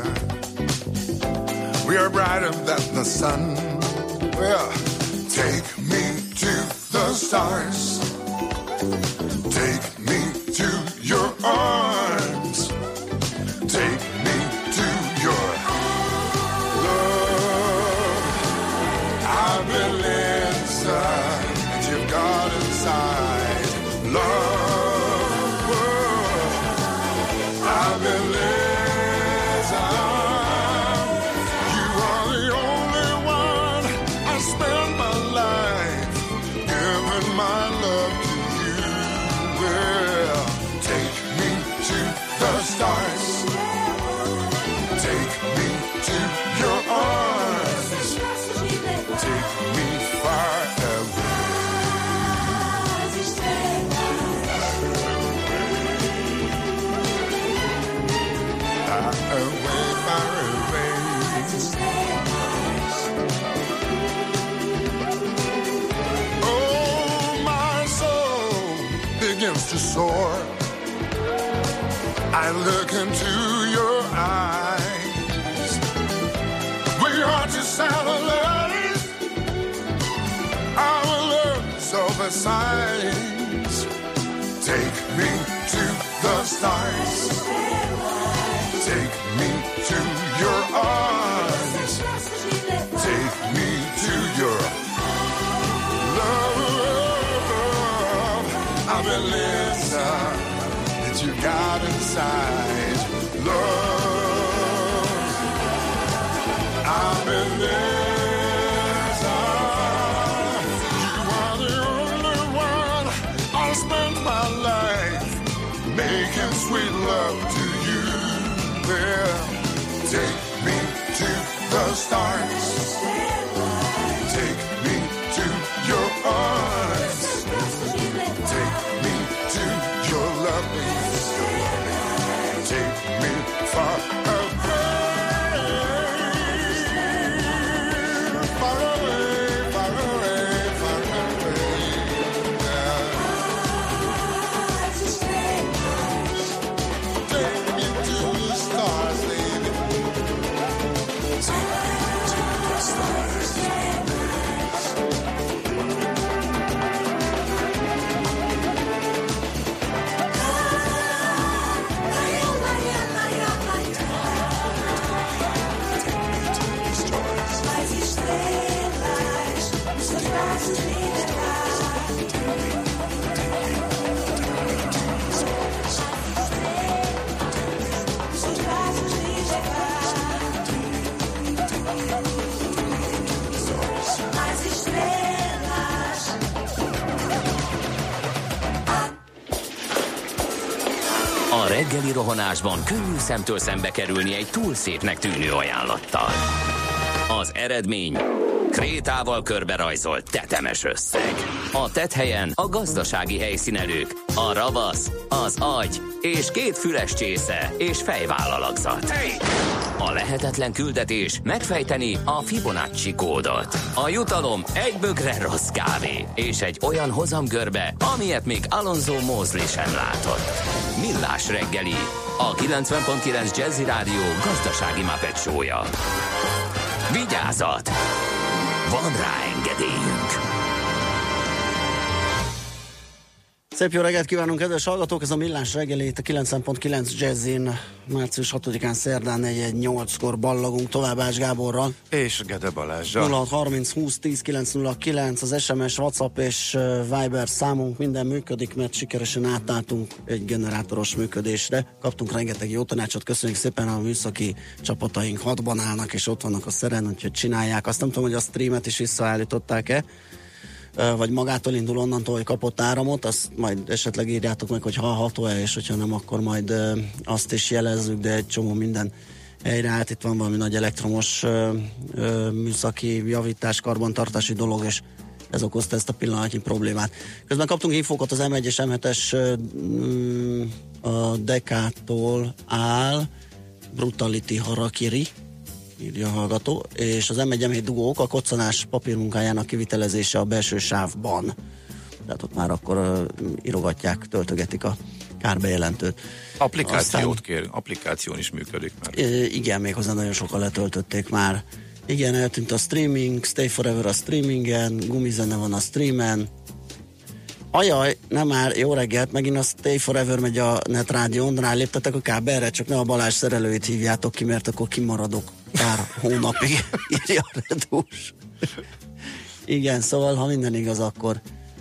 We are brighter than the sun. Well, take me to the stars. Take me to your arms. Take me to your love. I've been inside that you've got inside. Love. To soar, I look into your eyes. We are two satellites. Our love's over sides. Take me to the stars. Take me to your arms. Take me to your love. I've been listening that you got inside. Love, I've been listening. You are the only one. I'll spend my life making sweet love to you. Well, take me to the stars. Take me to your arms. Take me to your loving. Take me far away. Far away, far away, far away. Take me to the stars, baby. Take me to the stars. A reggeli rohanásban könnyű szemtől szembe kerülni egy túl szépnek tűnő ajánlattal. Az eredmény krétával körberajzolt tetemes összeg. A tetthelyen a gazdasági helyszínelők, a ravasz, az agy és két füles csésze és fejvállalakzat. A lehetetlen küldetés megfejteni a Fibonacci kódot. A jutalom egy bögre rossz kávé és egy olyan hozamgörbe, amilyet még Alonso Mosley sem látott. Millás reggeli, a kilencven pont kilenc Jazzy Rádió gazdasági Muppet show-ja. Vigyázat! Van rá engedélyünk! Szép jó reggelt kívánunk, kedves hallgatók! Ez a Millás reggeli, itt a kilencven pont kilenc Jazzin, március hatodikán szerdán negyven nyolckor ballagunk tovább Ács Gáborral. És Gede Balázsral. nulla hat harminc húsz tíz kilenc nulla kilenc az es em es, WhatsApp és Viber számunk, minden működik, mert sikeresen átálltunk egy generátoros működésre. Kaptunk rengeteg jó tanácsot, köszönjük szépen, a műszaki csapataink hatban állnak, és ott vannak a szeren, úgyhogy csinálják. Azt nem tudom, hogy a streamet is visszaállították-e, vagy magától indul onnantól, hogy kapott áramot, azt majd esetleg írjátok meg, hogy hallható-e, és hogyha nem, akkor majd ö, azt is jelezzük, de egy csomó minden helyreállt. Itt van valami nagy elektromos ö, ö, műszaki javítás, karbantartási dolog, és ez okozta ezt a pillanatnyi problémát. Közben kaptunk infókat, az em egy és em hetes ö, a Dekától áll, Brutality Harakiri, írja a hallgató, és az em egy em hét dugók a koccanás papírmunkájának kivitelezése a belső sávban. Tehát ott már akkor uh, írogatják, töltögetik a kárbejelentőt. Applikációt Aztán, kér, applikáción is működik már. Uh, igen, méghozzá nagyon sokan letöltötték már. Igen, eltűnt a streaming, Stay Forever a streamingen, gumizene van a streamen. Ajaj, nem már, jó reggelt, megint a Stay Forever megy a netrádión, ráléptetek a kábelre, csak ne a Balázs szerelőit hívjátok ki, mert akkor kimaradok pár hónapig, írja a Redus. Igen, szóval, ha minden igaz, akkor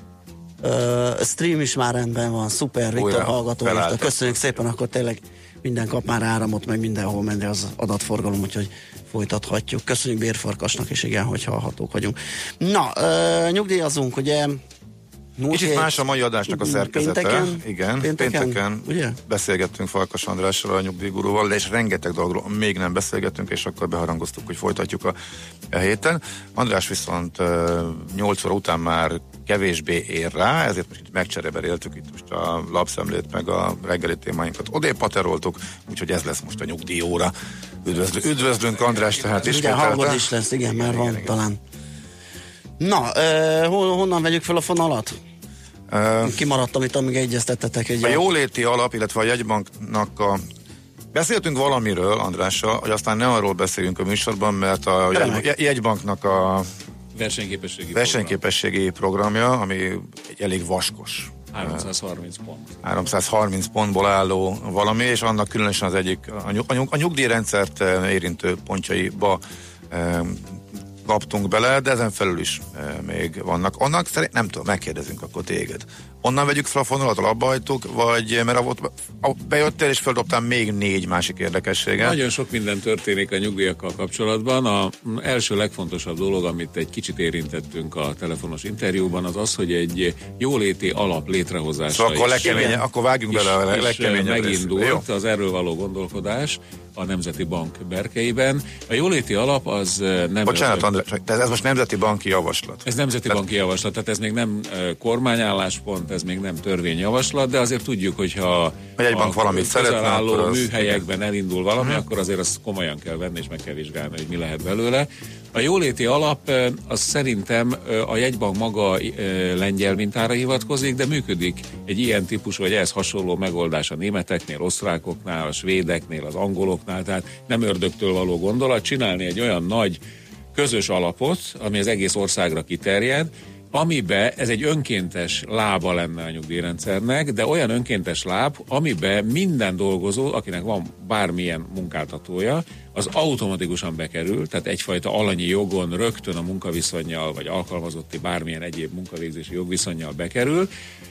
uh, stream is már rendben van, szuper, Viktor hallgató, köszönjük szépen, akkor tényleg minden kap már áramot, meg mindenhol menni az adatforgalom, úgyhogy folytathatjuk. Köszönjük Bérfarkasnak, és igen, hogy hallhatók vagyunk. Na, uh, nyugdíjazunk, ugye Kicsit egy... más a mai adásnak a szerkezete. Pénteken? Igen, pénteken, pénteken ugye? Beszélgettünk Farkas Andrással, a nyugdíjgurúval, de és rengeteg dologról még nem beszélgettünk, és akkor beharangoztuk, hogy folytatjuk a, a héten. András viszont nyolc óra után már kevésbé ér rá, ezért most megcsereberéltük itt most a lapszemlét, meg a reggeli témáinkat odébb pateroltuk, úgyhogy ez lesz most a nyugdíjóra. Üdvözlő, üdvözlünk András, tehát ismételten. Igen, hangod is lesz, igen, igen, már igen, van igen. talán. Na, uh, honnan vegyük fel a fonalat? Uh, Kimaradtam itt, amíg egyeztettetek egy... A jóléti alap, illetve a jegybanknak a... Beszéltünk valamiről, Andrással, hogy aztán ne arról beszéljünk a műsorban, mert a jegy, jegybanknak a versenyképességi, versenyképességi programja, ami egy elég vaskos. háromszázharminc pont. háromszázharminc pontból álló valami, és annak különösen az egyik, a, nyug, a, nyug, a nyugdíjrendszert érintő pontjaiba kaptunk bele, de ezen felül is e, még vannak. Onnak szerint, nem tudom, megkérdezünk akkor téged. Onnan vegyük fel a fonalat, abba hagytuk, vagy mert a, a, bejöttél és feldobtál még négy másik érdekességet. Nagyon sok minden történik a nyugdíjakkal kapcsolatban. Az első legfontosabb dolog, amit egy kicsit érintettünk a telefonos interjúban, az az, hogy egy jóléti alap létrehozása szóval akkor, lekeménye, akkor vágjunk bele a legkeményebb megindult az erről való gondolkodás a Nemzeti Bank berkeiben. A jóléti alap az nem... Bocsánat, András, ez most Nemzeti Banki Javaslat. Ez Nemzeti tehát... Banki Javaslat, tehát ez még nem kormányálláspont, ez még nem törvényjavaslat, de azért tudjuk, hogyha egy bank valamit szeretne, akkor az... műhelyekben elindul valami, uh-huh. akkor azért azt komolyan kell venni, és meg kell vizsgálni, hogy mi lehet belőle. A jóléti alap az szerintem a jegybank maga lengyel mintára hivatkozik, de működik egy ilyen típusú, vagy ehhez hasonló megoldás a németeknél, osztrákoknál, a svédeknél, az angoloknál, tehát nem ördögtől való gondolat, csinálni egy olyan nagy közös alapot, ami az egész országra kiterjed, amiben ez egy önkéntes lába lenne a nyugdíjrendszernek, de olyan önkéntes láb, amiben minden dolgozó, akinek van bármilyen munkáltatója, az automatikusan bekerül, tehát egyfajta alanyi jogon rögtön a munkaviszonnyal, vagy alkalmazotti bármilyen egyéb munkavégzési jogviszonnyal bekerül.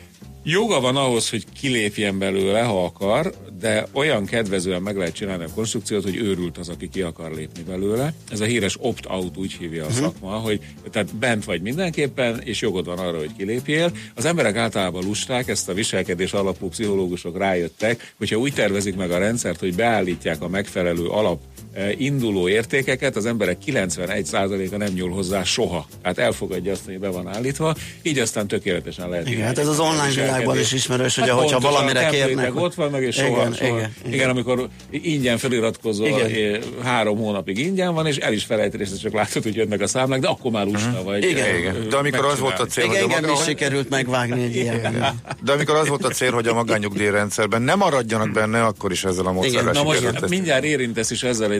Joga van ahhoz, hogy kilépjen belőle, ha akar, de olyan kedvezően meg lehet csinálni a konstrukciót, hogy őrült az, aki ki akar lépni belőle. Ez a híres opt-out, úgy hívja a uh-huh. szakma, hogy tehát bent vagy mindenképpen, és jogod van arra, hogy kilépjél. Az emberek általában lusták, ezt a viselkedés alapú pszichológusok rájöttek, hogyha úgy tervezik meg a rendszert, hogy beállítják a megfelelő alap induló értékeket, az emberek kilencvenegy százaléka nem nyúl hozzá soha. Hát elfogadja azt, hogy be van állítva, így aztán tökéletesen lehet. Igen, hát ez az online világban is ismerős, ugye, hát hogyha valamire kérnek. Ott vannak, és soha, igen, soha. Igen, igen. igen, amikor ingyen feliratkozol, igen. három hónapig ingyen van, és el is felejted, és csak látod, hogy jönnek a számlák, de akkor már lusta uh-huh. vagy. Igen, igen. De amikor az volt a cél, igen, hogy igen, is sikerült megvágni egy ilyen. De amikor az volt a cél, hogy a magánnyugdíjrendszerben nem maradjanak benne, akkor is ezzel a módszerrel sikerült. Na most mindjárt érintesz is ezzel egy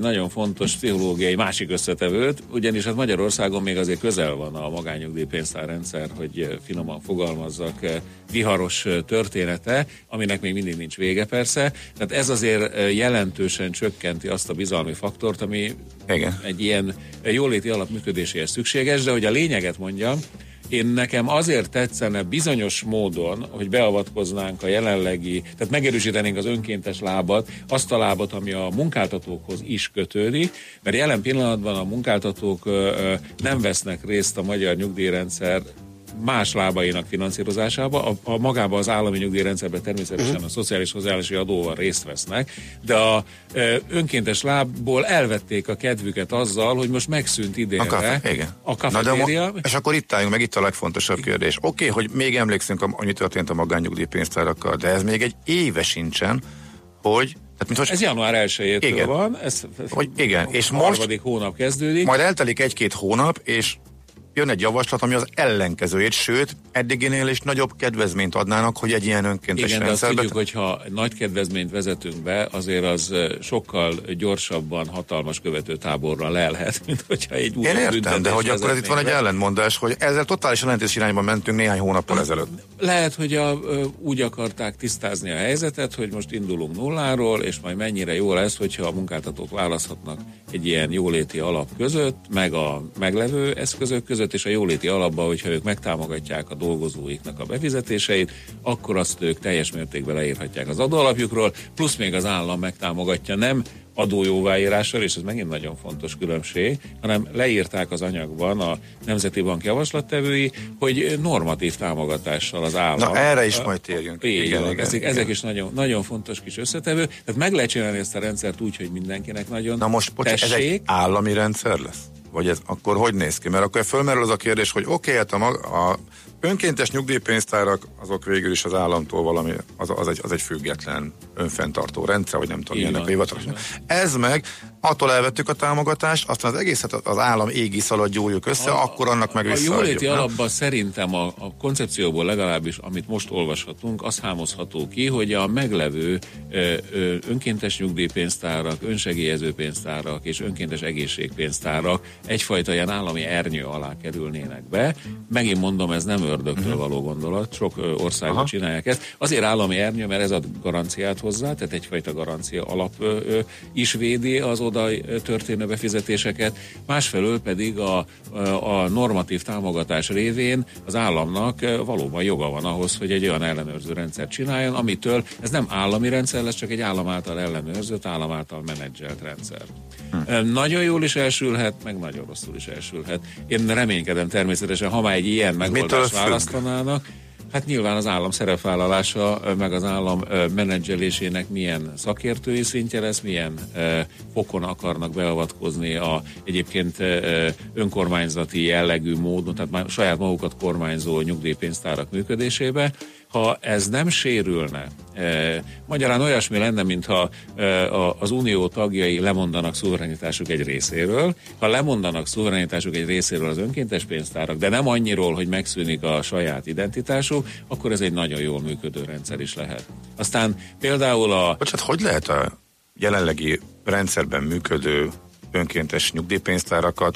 nagyon fontos pszichológiai másik összetevőt, ugyanis hát Magyarországon még azért közel van a magánnyugdíjpénztárrendszer, hogy finoman fogalmazzak, viharos története, aminek még mindig nincs vége persze. Tehát ez azért jelentősen csökkenti azt a bizalmi faktort, ami igen. egy ilyen jóléti alap működéséhez szükséges, de hogy a lényeget mondjam, én nekem azért tetszene bizonyos módon, hogy beavatkoznánk a jelenlegi, tehát megerősítenénk az önkéntes lábat, azt a lábat, ami a munkáltatókhoz is kötődik, mert jelen pillanatban a munkáltatók ö, nem vesznek részt a magyar nyugdíjrendszer más lábainak finanszírozásába, a, a magába az állami nyugdíjrendszerben természetesen uh-huh. a szociális hozzáállási adóval részt vesznek, de a ö, önkéntes lábból elvették a kedvüket azzal, hogy most megszűnt idénre a, kaf- igen. a kafetéria. Mo- és akkor itt álljunk meg, itt a legfontosabb kérdés. Oké, okay, hogy még emlékszünk, ami történt a magánnyugdíjpénztárakkal, de ez még egy éve sincsen, hogy Tehát, most, ez január elsejétől van, ez hogy igen, és a harmadik hónap kezdődik. Majd eltelik egy-két hónap, és jön egy javaslat, ami az ellenkezőjét, sőt, eddiginél is nagyobb kedvezményt adnának, hogy egy ilyen önkéntes igen, rendszerbe. Igen, de azt tudjuk, hogyha nagy kedvezményt vezetünk be, azért az sokkal gyorsabban hatalmas követőtáborra lelhet, mint hogyha egy új Én értem, de hogy akkor ez itt van egy ellentmondás, hogy ezzel totális ellentétes irányban mentünk néhány hónappal ezelőtt. Lehet, hogy a, úgy akarták tisztázni a helyzetet, hogy most indulunk nulláról, és majd mennyire jó lesz, hogyha a munkáltatók választhatnak egy ilyen jóléti alap között, meg a meglevő eszközök között, és a jóléti alapban, hogyha ők megtámogatják a dolgozóiknak a befizetéseit, akkor azt ők teljes mértékben leírhatják az adóalapjukról, plusz még az állam megtámogatja, nem adójóváírással, és ez megint nagyon fontos különbség, hanem leírták az anyagban a Nemzeti Bank javaslattevői, hogy normatív támogatással az állam. Na erre is majd térjünk. Igen, igen, igen, ezek, igen. ezek is nagyon, nagyon fontos kis összetevő. Tehát meg lehet csinálni ezt a rendszert úgy, hogy mindenkinek nagyon Na most, bocsánat, ez egy állami rendszer lesz? Vagy ez akkor hogy néz ki? Mert akkor fölmerül az a kérdés, hogy oké, okay, hát a, mag, a önkéntes nyugdíjpénztárak, azok végül is az államtól valami, az, az, egy, az egy független önfenntartó rendszer, vagy nem tudom, milyennek hivatalos. Ez meg, attól elvettük a támogatást, aztán az egészet az állam égisz alatt gyújjuk össze, a, akkor annak meg visszaadjuk. A jóléti alapban szerintem a, a koncepcióból legalábbis, amit most olvashatunk, az hámozható ki, hogy a meglevő ö, ö, önkéntes nyugdíjpénztárak, önsegélyező pénztárak és önkéntes egészségpénztárak egyfajta ilyen állami ernyő alá kerülnének be. Megint mondom, ez nem ördögtől való gondolat, sok országban Aha. csinálják ezt. Azért állami ernyő, mert ez ad garanciát hozzá, tehát egyfajta garancia alap ö, ö, is védi az oda történő befizetéseket, másfelől pedig a, a normatív támogatás révén az államnak valóban joga van ahhoz, hogy egy olyan ellenőrző rendszert csináljon, amitől ez nem állami rendszer lesz, csak egy állam által ellenőrzött, állam által menedzselt rendszer. Hm. Nagyon jól is elsülhet, meg nagyon rosszul is elsülhet. Én reménykedem természetesen, ha már egy ilyen megoldást választanának, hát nyilván az állam szerepvállalása, meg az állam menedzselésének milyen szakértői szintje lesz, milyen fokon akarnak beavatkozni a egyébként önkormányzati jellegű módon, tehát már saját magukat kormányzó nyugdíjpénztárak működésébe. Ha ez nem sérülne, eh, magyarán olyasmi lenne, mintha eh, az unió tagjai lemondanak szuverenitásuk egy részéről, ha lemondanak szuverenitásuk egy részéről az önkéntes pénztárak, de nem annyiról, hogy megszűnik a saját identitásuk, akkor ez egy nagyon jól működő rendszer is lehet. Aztán például a... Bocsánat, hogy lehet a jelenlegi rendszerben működő önkéntes nyugdíjpénztárakat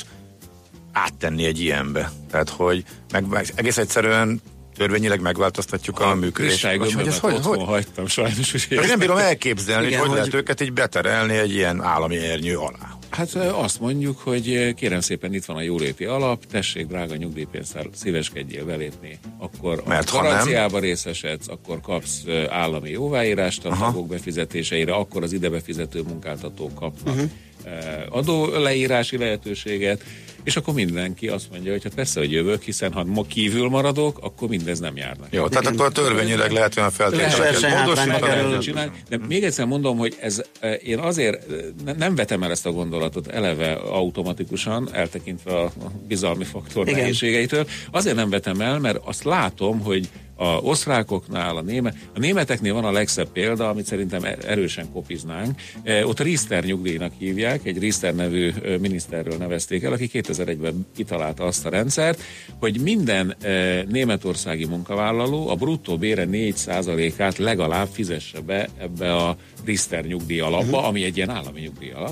áttenni egy ilyenbe? Tehát, hogy meg, egész egyszerűen törvényileg megváltoztatjuk a, a működést. Vagy hogy ez hogy, hogy? hagytam sajnos. Hogy nem bírom elképzelni, igen, hogy, hogy lehet őket így beterelni egy ilyen állami ernyő alá. Hát azt mondjuk, hogy kérem szépen itt van a jóléti alap, tessék, drága nyugdíjpénztár, szíveskedjél belépni, akkor mert a garanciába részesedsz, akkor kapsz állami jóváírást a tagok befizetéseire, akkor az ide befizető munkáltatók kapnak uh-huh. adóleírási lehetőséget, és akkor mindenki azt mondja, hogy hát persze, hogy jövök, hiszen ha ma kívül maradok, akkor mindez nem járnak. Jó, tehát akkor törvényileg lehet olyan feltételeket csinálni. De még egyszer mondom, hogy ez, én azért nem vetem el ezt a gondolatot eleve automatikusan, eltekintve a bizalmi faktor nehézségeitől. Azért nem vetem el, mert azt látom, hogy a osztrákoknál, a, német, a németeknél van a legszebb példa, amit szerintem erősen kopiznánk. E, ott a Riester nyugdíjnak hívják, egy Riester nevű miniszterről nevezték el, aki kétezer-egyben kitalálta azt a rendszert, hogy minden e, németországi munkavállaló a bruttó bére négy százalékát legalább fizesse be ebbe a Riester nyugdíj alapba, uh-huh. ami egy ilyen állami nyugdíj alap.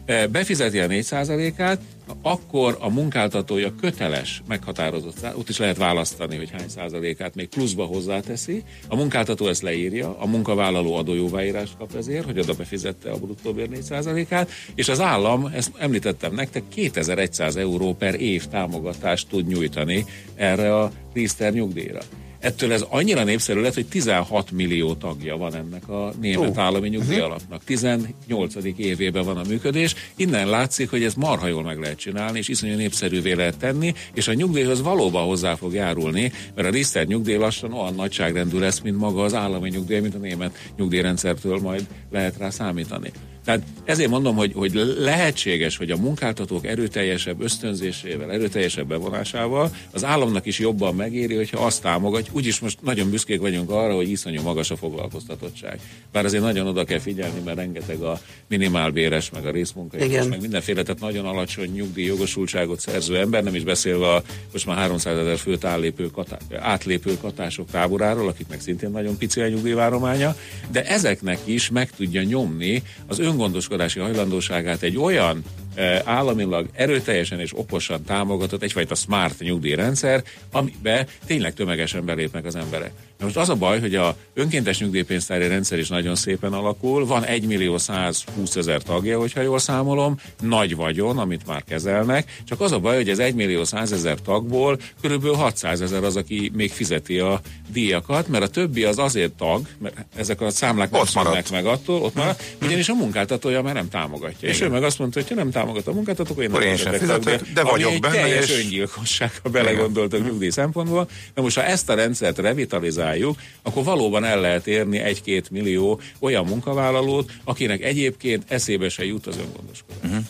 befizeti a négy százalékát, akkor a munkáltatója köteles meghatározott, ott is lehet választani, hogy hány százalékát még pluszba hozzáteszi. A munkáltató ezt leírja, a munkavállaló adójóváírást kap ezért, hogy oda befizette a bruttóbér négy százalékát, és az állam, ezt említettem nektek, kétezer-száz euró per év támogatást tud nyújtani erre a Riester nyugdíjra. Ettől ez annyira népszerű lett, hogy tizenhat millió tagja van ennek a német oh. állami nyugdíjalapnak. tizennyolcadik évében van a működés. Innen látszik, hogy ez marha jól meg lehet csinálni, és iszonyú népszerűvé lehet tenni, és a nyugdíjhoz valóban hozzá fog járulni, mert a Riester nyugdíj lassan olyan nagyságrendű lesz, mint maga az állami nyugdíj, mint a német nyugdíjrendszertől majd lehet rá számítani. Tehát ezért mondom, hogy, hogy lehetséges, hogy a munkáltatók erőteljesebb ösztönzésével, erőteljesebb bevonásával az államnak is jobban megéri, hogyha azt támogatja. Úgyis most nagyon büszkék vagyunk arra, hogy iszonyú magas a foglalkoztatottság. Bár azért nagyon oda kell figyelni, mert rengeteg a minimálbéres, meg a részmunkajogos, meg mindenféle, tehát nagyon alacsony nyugdíjjogosultságot szerző ember, nem is beszélve a most már háromszázezer főt átlépő, katá, átlépő katások táboráról, akiknek szintén nagyon pici a nyugdíjvárománya, de ezeknek is meg tudja nyomni az öngondoskodási hajlandóságát egy olyan e, államilag erőteljesen és okosan támogatott, egyfajta smart nyugdíjrendszer, amiben tényleg tömegesen belépnek az emberek. Na most az a baj, hogy a önkéntes nyugdíjpénztári rendszer is nagyon szépen alakul, van egymillió százhúszezer tagja, hogyha jól számolom, nagy vagyon, amit már kezelnek, csak az a baj, hogy az egymillió százezer tagból körülbelül hatszázezer az, aki még fizeti a díjakat, mert a többi az azért tag, mert ezek a számlák nem szűnnek meg attól, ott már, ugyanis a munkáltatója már nem támogatja. Igen. És ő meg azt mondta, hogy ha nem támogat a munkáltató, akkor én nem fizetek, de, de vagyok egy benne, teljes és... öngyilkosság, ha belegondoltak nyugdíj szempontból. Na most, ha ezt a rendszert revitalizáljuk, akkor valóban el lehet érni egy-két millió olyan munkavállalót, akinek egyébként eszébe se jut az öngondoskodás. Uh-huh.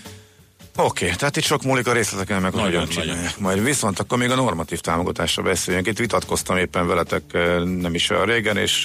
Oké, okay, tehát itt sok múlik a részleteken, meg hogyan csinálják. Majd viszont akkor még a normatív támogatásra beszéljünk. Itt vitatkoztam éppen veletek nem is olyan régen, és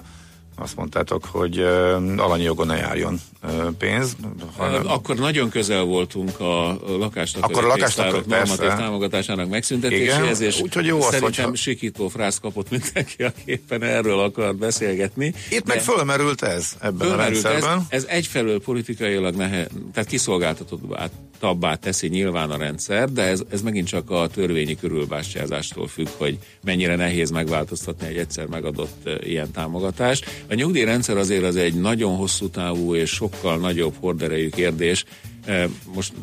azt mondtátok, hogy alanyi jogon ne járjon pénz. Hanem... Akkor nagyon közel voltunk a lakástakarékpénztárak normatív támogatásának megszüntetéséhez, és úgy, jó szerintem az, hogyha... sikító frász kapott mindenki, aki éppen erről akar beszélgetni. Itt meg fölmerült ez ebben fölmerült a rendszerben. Ez, ez egyfelől politikailag nehe, tehát kiszolgáltatottabbá teszi nyilván a rendszer, de ez, ez megint csak a törvényi körülbástyázástól függ, hogy mennyire nehéz megváltoztatni egy egyszer megadott ilyen támogatást. A nyugdíjrendszer azért az egy nagyon hosszú távú és sokkal nagyobb horderejű kérdés. Most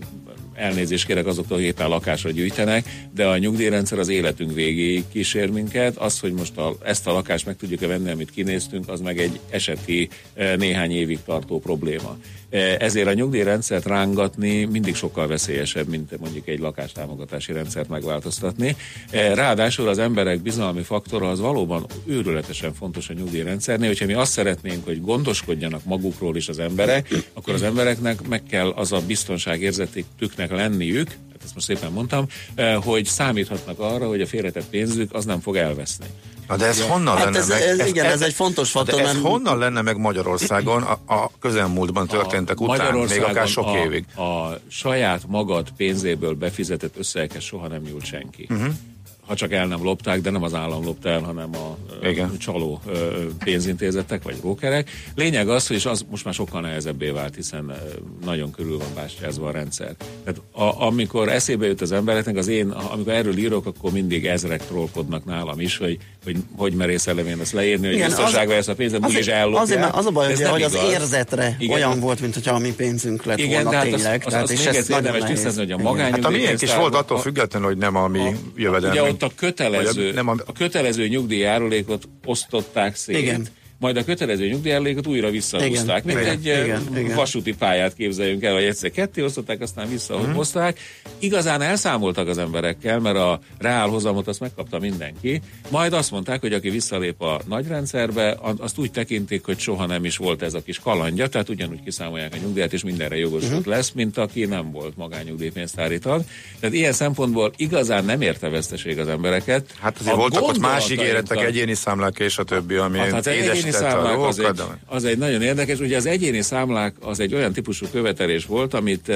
elnézést kérek azoktól, hogy éppen lakásra gyűjtenek, de a nyugdíjrendszer az életünk végéig kísér minket. Az, hogy most a, ezt a lakást meg tudjuk-e venni, amit kinéztünk, az meg egy eseti néhány évig tartó probléma. Ezért a nyugdíjrendszert rángatni mindig sokkal veszélyesebb, mint mondjuk egy lakástámogatási rendszert megváltoztatni. Ráadásul az emberek bizalmi faktora az valóban őrületesen fontos a nyugdíjrendszernél, hogyha mi azt szeretnénk, hogy gondoskodjanak magukról is az emberek, akkor az embereknek meg kell az a biztonságérzetüknek lenniük, hát ezt most szépen mondtam, hogy számíthatnak arra, hogy a félretett pénzük az nem fog elveszni. Na de ez ja. honnan hát lenne ez, meg? Ez, ez, igen, ez, ez egy fontos faktor. De ez nem... honnan lenne meg Magyarországon a, a közelmúltban történtek a után, még akár sok a, évig? A saját magad pénzéből befizetett összegekhez soha nem nyúlt senki. Uh-huh. Ha csak el nem lopták, de nem az állam lopta el, hanem a igen. csaló pénzintézetek vagy brókerek. Lényeg az, hogy az most már sokkal nehezebbé vált, hiszen nagyon körül van bástyázva a rendszer. Tehát a, amikor eszébe jut az embereknek, az én, amikor erről írok, akkor mindig ezrek trollkodnak nálam is, hogy hogy, hogy merészelem én ezt leírni, hogy biztonságban ezt a pénzem úgyis ellopják. Azért, az a baj, hogy, hogy az igaz. érzetre igen. olyan volt, mint hogyha a mi pénzünk lett igen, volna hát tényleg. Az, az, az, az még egyszer érdemes tisztázni, hogy a magányugdíj... Hát a miénk is volt attól függetlenül, hogy nem a mi jövedelmünk. Ugye ott a kötelező, a, a kötelező nyugdíjjárulékot osztották szét. Igen. Majd a kötelező nyugdíjjárulékot újra visszahozták. Mint egy igen, igen. vasúti pályát képzeljünk el, hogy egyszer ketté osztották, aztán visszahozták. Uh-huh. Igazán elszámoltak az emberekkel, mert a reálhozamot azt megkapta mindenki. Majd azt mondták, hogy aki visszalép a nagy rendszerbe, azt úgy tekintik, hogy soha nem is volt ez a kis kalandja, tehát ugyanúgy kiszámolják a nyugdíjat, és mindenre jogosult uh-huh. lesz, mint aki nem volt magánnyugdíjpénztári tag. Tehát ilyen szempontból igazán nem érte veszteség az embereket. Hát azért voltak ott más ígéretek, egyéni számlák és a többi, ami hát, édes számlák az egy, az egy nagyon érdekes, ugye az egyéni számlák az egy olyan típusú követelés volt, amit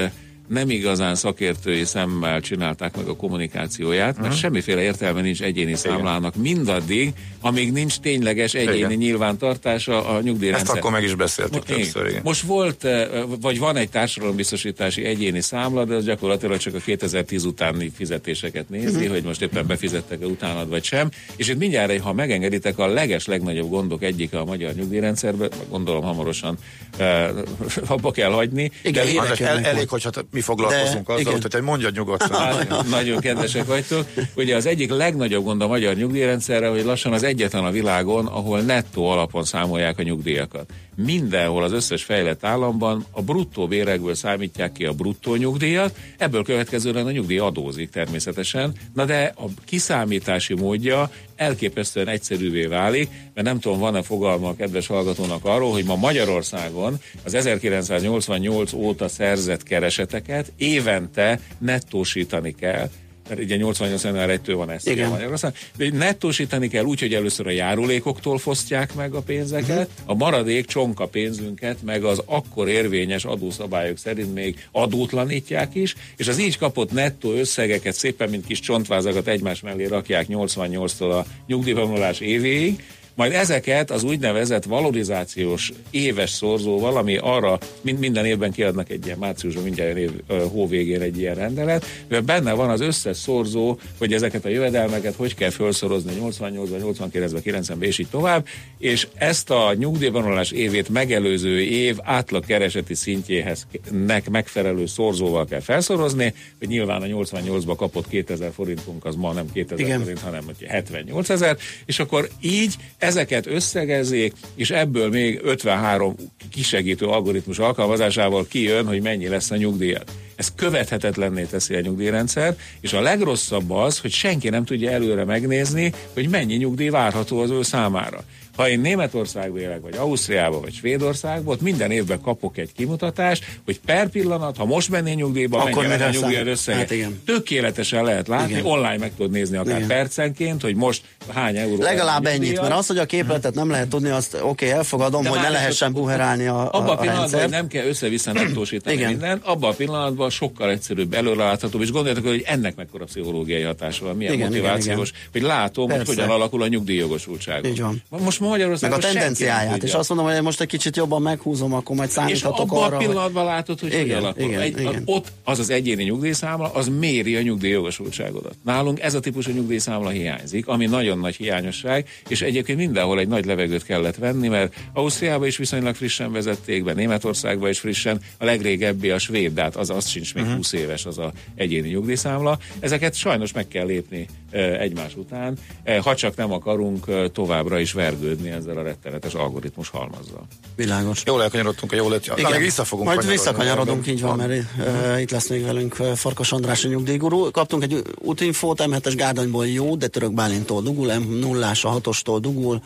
nem igazán szakértői szemmel csinálták meg a kommunikációját, mert uh-huh. semmiféle értelme nincs egyéni számlának mindaddig, amíg nincs tényleges egyéni igen. nyilvántartása a nyugdíjrendszer. Ezt akkor meg is beszéltük Mo- többször, igen. Most volt, vagy van egy társadalombiztosítási egyéni számla, de az gyakorlatilag csak a kétezer-tíz utáni fizetéseket nézi, uh-huh. hogy most éppen befizettek-e utánad, vagy sem. És itt mindjárt, ha megengeditek, a leges legnagyobb gondok egyike a magyar nyugdíjrendszerben, gondolom hamarosan uh, abba kell hagyni. Igen, de el, elég, hogy hát mi foglalkozunk azzal, igen. hogy mondjad nyugodtan. Nagyon kedvesek vagytok. Ugye az egyik legnagyobb gond a magyar nyugdíjrendszerre, hogy lassan az egyetlen a világon, ahol nettó alapon számolják a nyugdíjakat. Mindenhol az összes fejlett államban a bruttó bérekből számítják ki a bruttó nyugdíjat, ebből következően a nyugdíj adózik természetesen, na de a kiszámítási módja elképesztően egyszerűvé válik, mert nem tudom, van-e fogalma a kedves hallgatónak arról, hogy ma Magyarországon az ezerkilencszáznyolcvannyolc óta szerzett kereseteket évente nettósítani kell, mert ugye nyolcvannyolc január elsejétől van ez a Magyarország, de nettósítani kell úgy, hogy először a járulékoktól fosztják meg a pénzeket, uh-huh. a maradék csonka pénzünket, meg az akkor érvényes adószabályok szerint még adótlanítják is, és az így kapott nettó összegeket szépen, mint kis csontvázakat egymás mellé rakják nyolcvannyolctól a nyugdíjbevonulás évéig, majd ezeket az úgynevezett valorizációs éves szorzóval, ami arra mind, minden évben kiadnak egy ilyen márciusban, mindjárt év, hó végén egy ilyen rendelet, mert benne van az összes szorzó, hogy ezeket a jövedelmeket hogy kell felszorozni nyolcvannyolcban, nyolcvankilencben, kilencvenben és így tovább, és ezt a nyugdíjvonulás évét megelőző év átlagkereseti szintjéhez nek megfelelő szorzóval kell felszorozni, hogy nyilván a nyolcvannyolcban kapott kétezer forintunk az ma nem kétezer igen. forint, hanem hetvennyolcezer, és akkor így ezeket összegezzék, és ebből még ötvenhárom kisegítő algoritmus alkalmazásával kijön, hogy mennyi lesz a nyugdíjat. Ez követhetetlenné teszi a nyugdíjrendszer, és a legrosszabb az, hogy senki nem tudja előre megnézni, hogy mennyi nyugdíj várható az ő számára. Ha én Németországba élek, vagy Ausztriába, vagy Svédországba, ott minden évben kapok egy kimutatást, hogy per pillanat, ha most mennél nyugdíjba, mennyi lenne a nyugdíjad összege. Hát tökéletesen lehet látni, igen. online meg tudod nézni akár igen. percenként, hogy most hány euró. Legalább ennyit, mert az, hogy a képletet nem lehet tudni, azt oké, okay, elfogadom, de hogy ne lehessen buherálni a, a, abba a, a pillanatban, hogy nem kell össze-vissza nettósítani minden, abban a pillanatban sokkal egyszerűbb, előreláthatóbb, és gondoljatok, hogy ennek mekkora pszichológiai hatása van, milyen igen, motivációs, igen, igen. hogy látom, persze. hogy hogyan alakul a nyugdíjjogosultságom. Így van. Most Magyarországon meg a tendenciáját, és azt mondom, hogy most egy kicsit jobban meghúzom, akkor majd számíthatok arra. És abban a pillanatban látod, hogy igen, hogy alakul. Igen, egy, igen. Ott az az egyéni nyugdíjszámla, az méri a nyugdíjjogosultságodat. Nálunk ez a típusú nyugdíjszámla hiányzik, ami nagyon nagy hiányosság, és egyébként mindenhol egy nagy levegőt kellett venni, mert Ausztriában is viszonylag frissen vezették be, Németországban is frissen, a legrégebbi a svéd, de hát az, az sincs még uh-huh. húsz éves az a egyéni nyugdíjszámla. Ezeket sajnos meg kell lépni e, egymás után, e, ha csak nem akarunk e, továbbra is vergődni ezzel a rettenetes algoritmus halmazzal. Világos. Jól elkanyarodtunk a jól lett. Még vissza fogunk Majd visszakanyarodunk, így van, mert uh, itt lesz még velünk Farkas András, a nyugdíjgurú. Kaptunk egy útinfót, em hetes Gárdonyból jó, de Török Bálintól dugul, em nullás a hatostól dugul.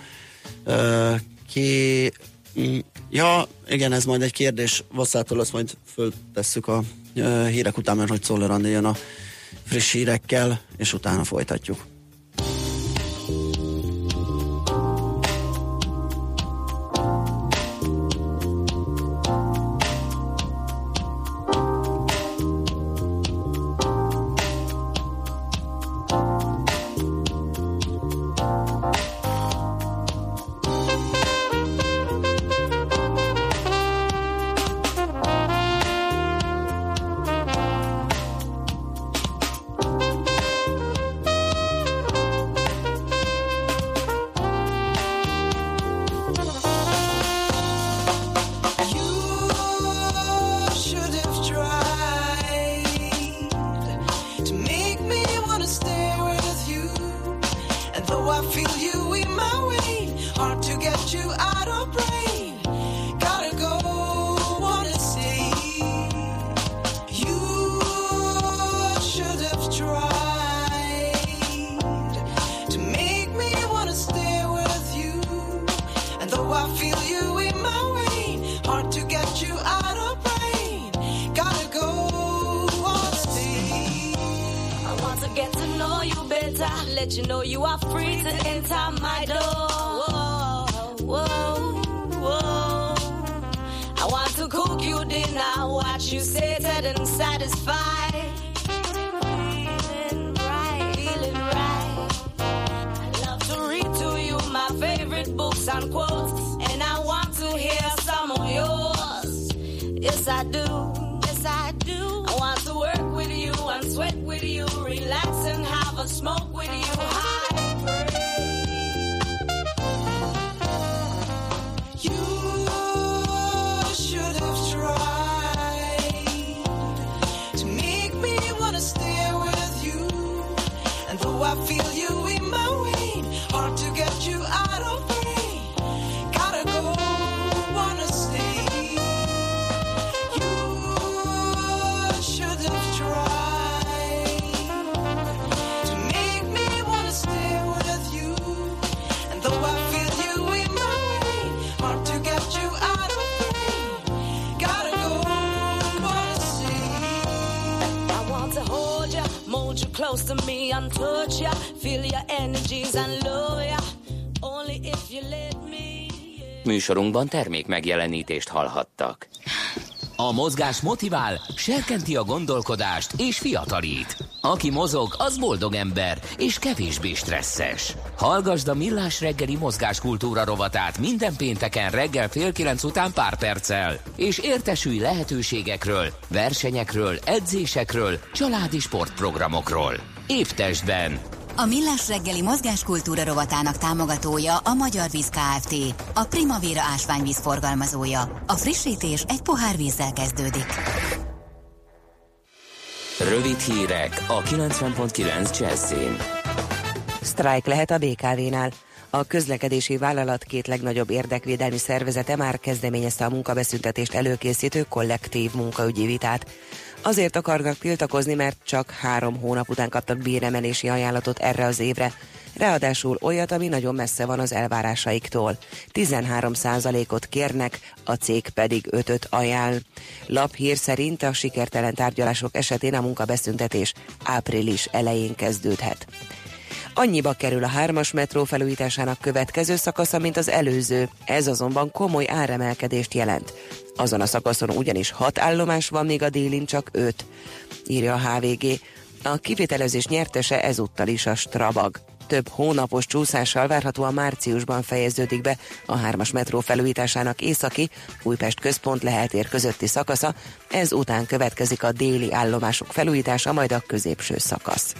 Uh, ki... Mm, ja, igen, ez majd egy kérdés. Vasszától azt majd föltesszük a uh, hírek után, mert hogy Czoller Andi jön a friss hírekkel, és utána folytatjuk. Let you know you are free to enter my door. Whoa, whoa, whoa. I want to cook you dinner, watch you sated and satisfied. Feeling right, feeling right. I love to read to you my favorite books and quotes, and I want to hear some of yours. Yes, I do. Yes, I do. I want to work with you and sweat with you, relax and have a smoke with you. High praise. You should have tried to make me wanna stay with you. And though I feel you in my way, hard to get you out of me. Gotta go, wanna stay. You should have tried to make me wanna stay with you. And though I feel you in my way, hard to get you out of me. Gotta go, wanna stay. I want to hold you, mold you close to me and touch you, feel your energies and love you. Only if you let me. Műsorunkban termék megjelenítést hallhattak. A mozgás motivál, serkenti a gondolkodást és fiatalít. Aki mozog, az boldog ember és kevésbé stresszes. Hallgasd a Millás reggeli mozgáskultúra rovatát minden pénteken reggel fél kilenc után pár perccel, és értesülj lehetőségekről, versenyekről, edzésekről, családi sportprogramokról. Évtestben. A Millás reggeli mozgáskultúra rovatának támogatója a Magyar Víz Kft., a Primavera ásványvíz forgalmazója. A frissítés egy pohár vízzel kezdődik. Rövid hírek a kilencven pont kilenc Jazzin. Sztrájk lehet a bé ká vé-nál. A közlekedési vállalat két legnagyobb érdekvédelmi szervezete már kezdeményezte a munkabeszüntetést előkészítő kollektív munkaügyi vitát. Azért akarnak tiltakozni, mert csak három hónap után kaptak béremelési ajánlatot erre az évre. Ráadásul olyat, ami nagyon messze van az elvárásaiktól. tizenhárom százalékot kérnek, a cég pedig ötöt ajánl. Laphír szerint a sikertelen tárgyalások esetén a munkabeszüntetés április elején kezdődhet. Annyiba kerül a hármas metró felújításának következő szakasza, mint az előző. Ez azonban komoly áremelkedést jelent. Azon a szakaszon ugyanis hat állomás van, míg a délin csak öt, írja a há vé gé. A kivitelezés nyertese ezúttal is a Strabag. Több hónapos csúszással várhatóan márciusban fejeződik be a hármas metró felújításának északi, Újpest központ Lehel-tér közötti szakasza, ez után következik a déli állomások felújítása, majd a középső szakasz.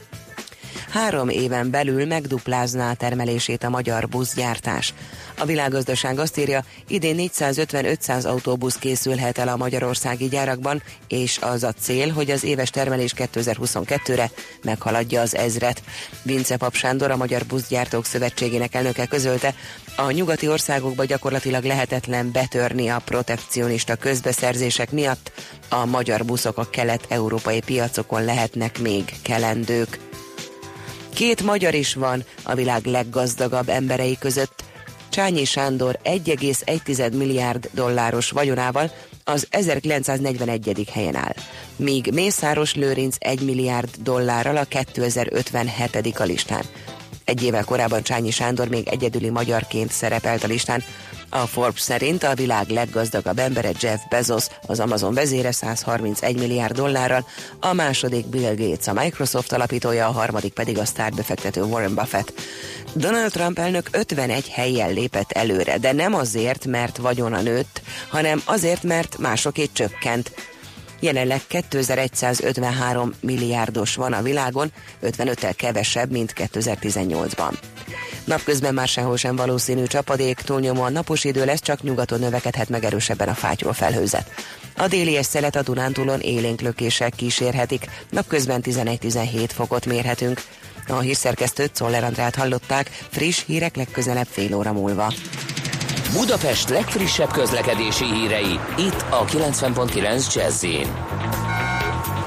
Három éven belül megduplázná a termelését a magyar buszgyártás. A Világgazdaság azt írja, idén négyszázötven-ötszáz autóbusz készülhet el a magyarországi gyárakban, és az a cél, hogy az éves termelés kétezer-huszonkettőre meghaladja az ezret. Vince Pap Sándor, a Magyar Buszgyártók Szövetségének elnöke közölte, a nyugati országokba gyakorlatilag lehetetlen betörni a protekcionista közbeszerzések miatt, a magyar buszok a kelet-európai piacokon lehetnek még kelendők. Két magyar is van a világ leggazdagabb emberei között. Csányi Sándor egy egész egy milliárd dolláros vagyonával az ezerkilencszáznegyvenegyedik helyen áll, míg Mészáros Lőrinc egy milliárd dollárral a kétezer-ötvenhetedik a listán. Egy évvel korábban Csányi Sándor még egyedüli magyarként szerepelt a listán. A Forbes szerint a világ leggazdagabb embere Jeff Bezos, az Amazon vezére százharmincegy milliárd dollárral, a második Bill Gates, a Microsoft alapítója, a harmadik pedig a sztárbefektető Warren Buffett. Donald Trump elnök ötvenegy helyen lépett előre, de nem azért, mert vagyona nőtt, hanem azért, mert másokét csökkent. Jelenleg kétezer-százötvenhárom milliárdos van a világon, ötvenöttel kevesebb, mint kétezer-tizennyolcban. Napközben már sehol sem valószínű csapadék, túlnyomóan napos idő lesz, csak nyugaton növekedhet meg erősebben a fátyol felhőzet. A déli és szelet a Dunántúlon élénk lökések kísérhetik, napközben tizenegy-tizenhét fokot mérhetünk. A hírszerkesztőt, Czoller Andrát hallották, friss hírek legközelebb fél óra múlva. Budapest legfrissebb közlekedési hírei, itt a kilencven pont kilenc Jazz-in.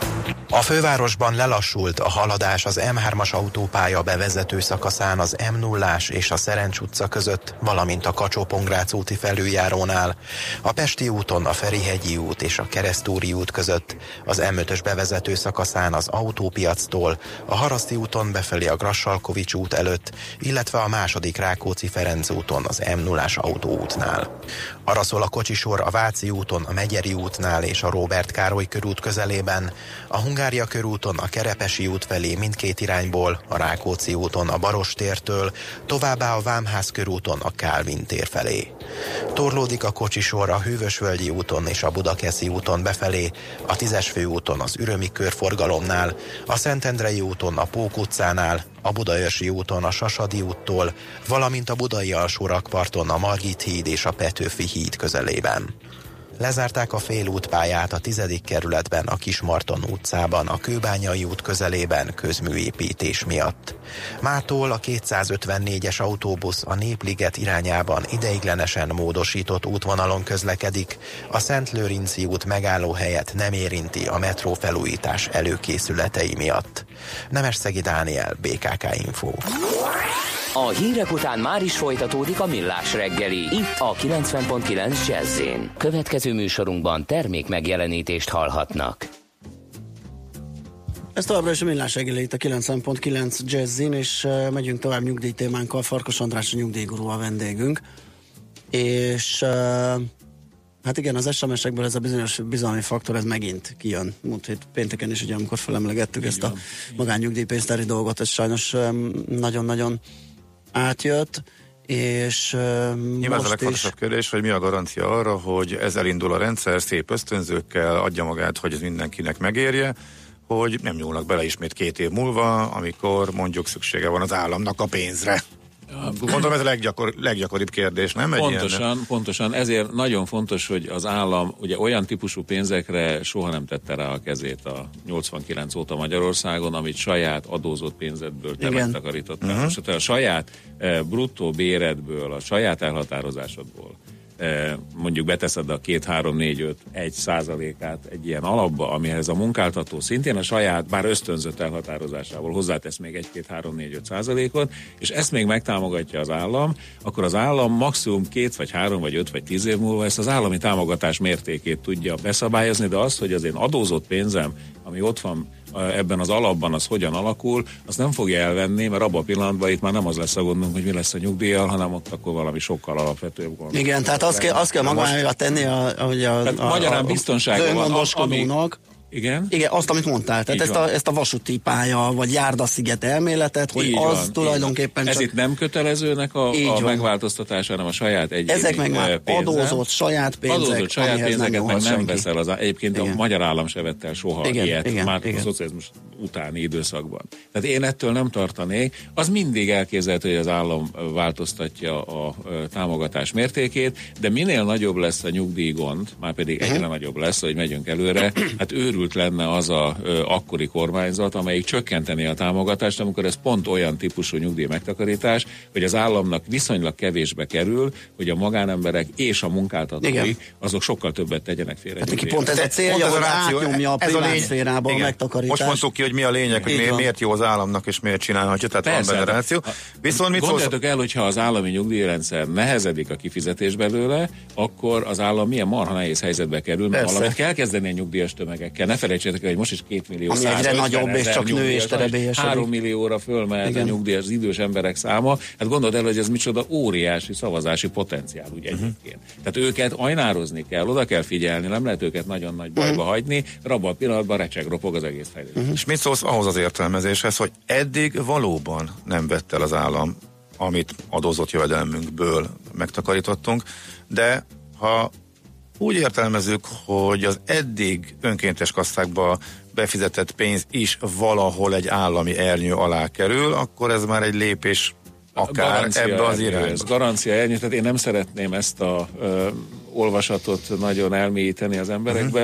A fővárosban lelassult a haladás az em hármas autópálya bevezető szakaszán az em nullás és a Szerencs utca között, valamint a Kacsó-Pongrác úti felüljárónál, a Pesti úton a Ferihegyi út és a Keresztúri út között, az em ötös bevezető szakaszán az Autópiactól, a Haraszti úton befelé a Grassalkovics út előtt, illetve a második Rákóczi-Ferenc úton az em nullás autóútnál. Arra szól a kocsisor a Váci úton, a Megyeri útnál és a Róbert Károly körút közelében, a Hungária körúton a Kerepesi út felé mindkét irányból, a Rákóczi úton a Barostértől, továbbá a Vámház körúton a Kálvin tér felé. Torlódik a kocsisor a Hűvösvölgyi úton és a Budakeszi úton befelé, a Tízes főúton az Ürömi körforgalomnál, a Szentendrei úton a Pók utcánál, a Budaörsi úton a Sasadi úttól, valamint a Budai alsórakparton a Margit híd és a Petőfi híd közelében. Lezárták a félútpályát a tizedik kerületben a Kismarton utcában, a Kőbányai út közelében közműépítés miatt. Mától a kétszázötvennégyes autóbusz a Népliget irányában ideiglenesen módosított útvonalon közlekedik, a Szentlőrinci út megállóhelyet nem érinti a metró felújítás előkészületei miatt. Nemesszegi Dániel, bé ká ká Info. A hírek után már is folytatódik a Millás reggeli, itt a kilencven pont kilenc Jazz-én. Következő műsorunkban termék megjelenítést hallhatnak. Ez továbbra is a Millás reggeli, itt a kilencven pont kilenc Jazz-én, és uh, megyünk tovább nyugdíjtémánkkal. Farkas András, a nyugdíjgurú a vendégünk. És uh, hát igen, az es em es-ekből ez a bizonyos bizalmi faktor, ez megint kijön. Múlt hét pénteken is, ugye, amikor felemlegettük ezt a magánnyugdíjpénztári dolgot, ez sajnos um, nagyon-nagyon átjött, és uh, nyilván a legfontosabb is... kérdés, hogy mi a garancia arra, hogy ez elindul a rendszer szép ösztönzőkkel, adja magát, hogy ez mindenkinek megérje, hogy nem nyúlnak bele ismét két év múlva, amikor mondjuk szüksége van az államnak a pénzre. Mondom, ez a leggyakor, leggyakoribb kérdés, nem? Egy pontosan, ilyen... pontosan, ezért nagyon fontos, hogy az állam ugye olyan típusú pénzekre soha nem tette rá a kezét a nyolcvankilenc óta Magyarországon, amit saját adózott pénzedből te megtakarítottál. Uh-huh. Most a saját eh, bruttó béredből, a saját elhatározásodból mondjuk beteszed a két, három, négy, öt, egy százalékát egy ilyen alapba, amihez a munkáltató szintén a saját, bár ösztönzött elhatározásával hozzátesz még egy, két, három, négy, öt százalékot, és ezt még megtámogatja az állam, akkor az állam maximum két, vagy három, vagy öt, vagy tíz év múlva ezt az állami támogatás mértékét tudja beszabályozni, de azt, hogy az én adózott pénzem, ami ott van ebben az alapban, az hogyan alakul, azt nem fogja elvenni, mert abban a pillanatban itt már nem az lesz a gondunk, hogy mi lesz a nyugdíjjal, hanem ott akkor valami sokkal alapvetőbb gond. Igen, tehát azt kell, azt kell magára tenni, hogy a, a, a, magyarán biztonsága van, ami... Igen? Igen, azt, amit mondtál. Tehát ezt a, ezt a vasúti pálya, vagy Járdasziget elméletet, hogy így az van, tulajdonképpen csak... Ez itt nem kötelezőnek a, a megváltoztatása, hanem a saját egyéni ezek meg már pénzem. Adózott saját pénzek, adózott saját pénzeket meg nem veszel. Az, egyébként igen. A magyar állam se vett el soha igen, ilyet, igen, már igen. A szocializmus utáni időszakban. Tehát én ettől nem tartanék. Az mindig elképzelhető, hogy az állam változtatja a támogatás mértékét, de minél nagyobb lesz a nyugdíjgond, már pedig egyre uh-huh. nagyobb lesz, hogy megyünk előre, hát őrült lenne az a ö, akkori kormányzat, amelyik csökkenteni a támogatást, amikor ez pont olyan típusú nyugdíj megtakarítás, hogy az államnak viszonylag kevésbe kerül, hogy a magánemberek és a munkáltatói azok sokkal többet tegyenek félre. Hát neki pont ez a célja, hogy átnyomja a privátszférából a megtakarítást. Most mondtuk ki, hogy mi a lényeg, hogy miért, miért jó az államnak, és miért csinálhatja, tehát persze, van benne ráció. Viszont mit gondoljatok el, hogyha az állami nyugdíjrendszer nehezedik a kifizetés belőle, akkor az állam milyen marha nehéz helyzetbe kerül, mert valamit kell kezdeni a nyugdíjas tömegekkel. Ne felejtsétek el, hogy most is két millió ami egyre nagyobb, és csak nő és terebélyesedik. Három millióra fölmehet a nyugdíjas, az idős emberek száma. Hát gondold el, hogy ez micsoda óriási szavazási potenciál, ugye uh-huh. egyébként. Tehát őket ajnározni kell, oda kell figyelni, nem lehet őket nagyon nagy bajba uh-huh. hagyni, rabban a pillanatban recseg, ropog az egész fejlődés. Uh-huh. És mit szólsz ahhoz az értelmezéshez, hogy eddig valóban nem vett el az állam, amit adózott jövedelmünkből megtakarítottunk, de ha úgy értelmezzük, hogy az eddig önkéntes kasszákba befizetett pénz is valahol egy állami ernyő alá kerül, akkor ez már egy lépés akár garancia ebbe az irányba. Ez garancia ernyő, tehát én nem szeretném ezt a ö, olvasatot nagyon elmélyíteni az emberekbe. Uh-huh.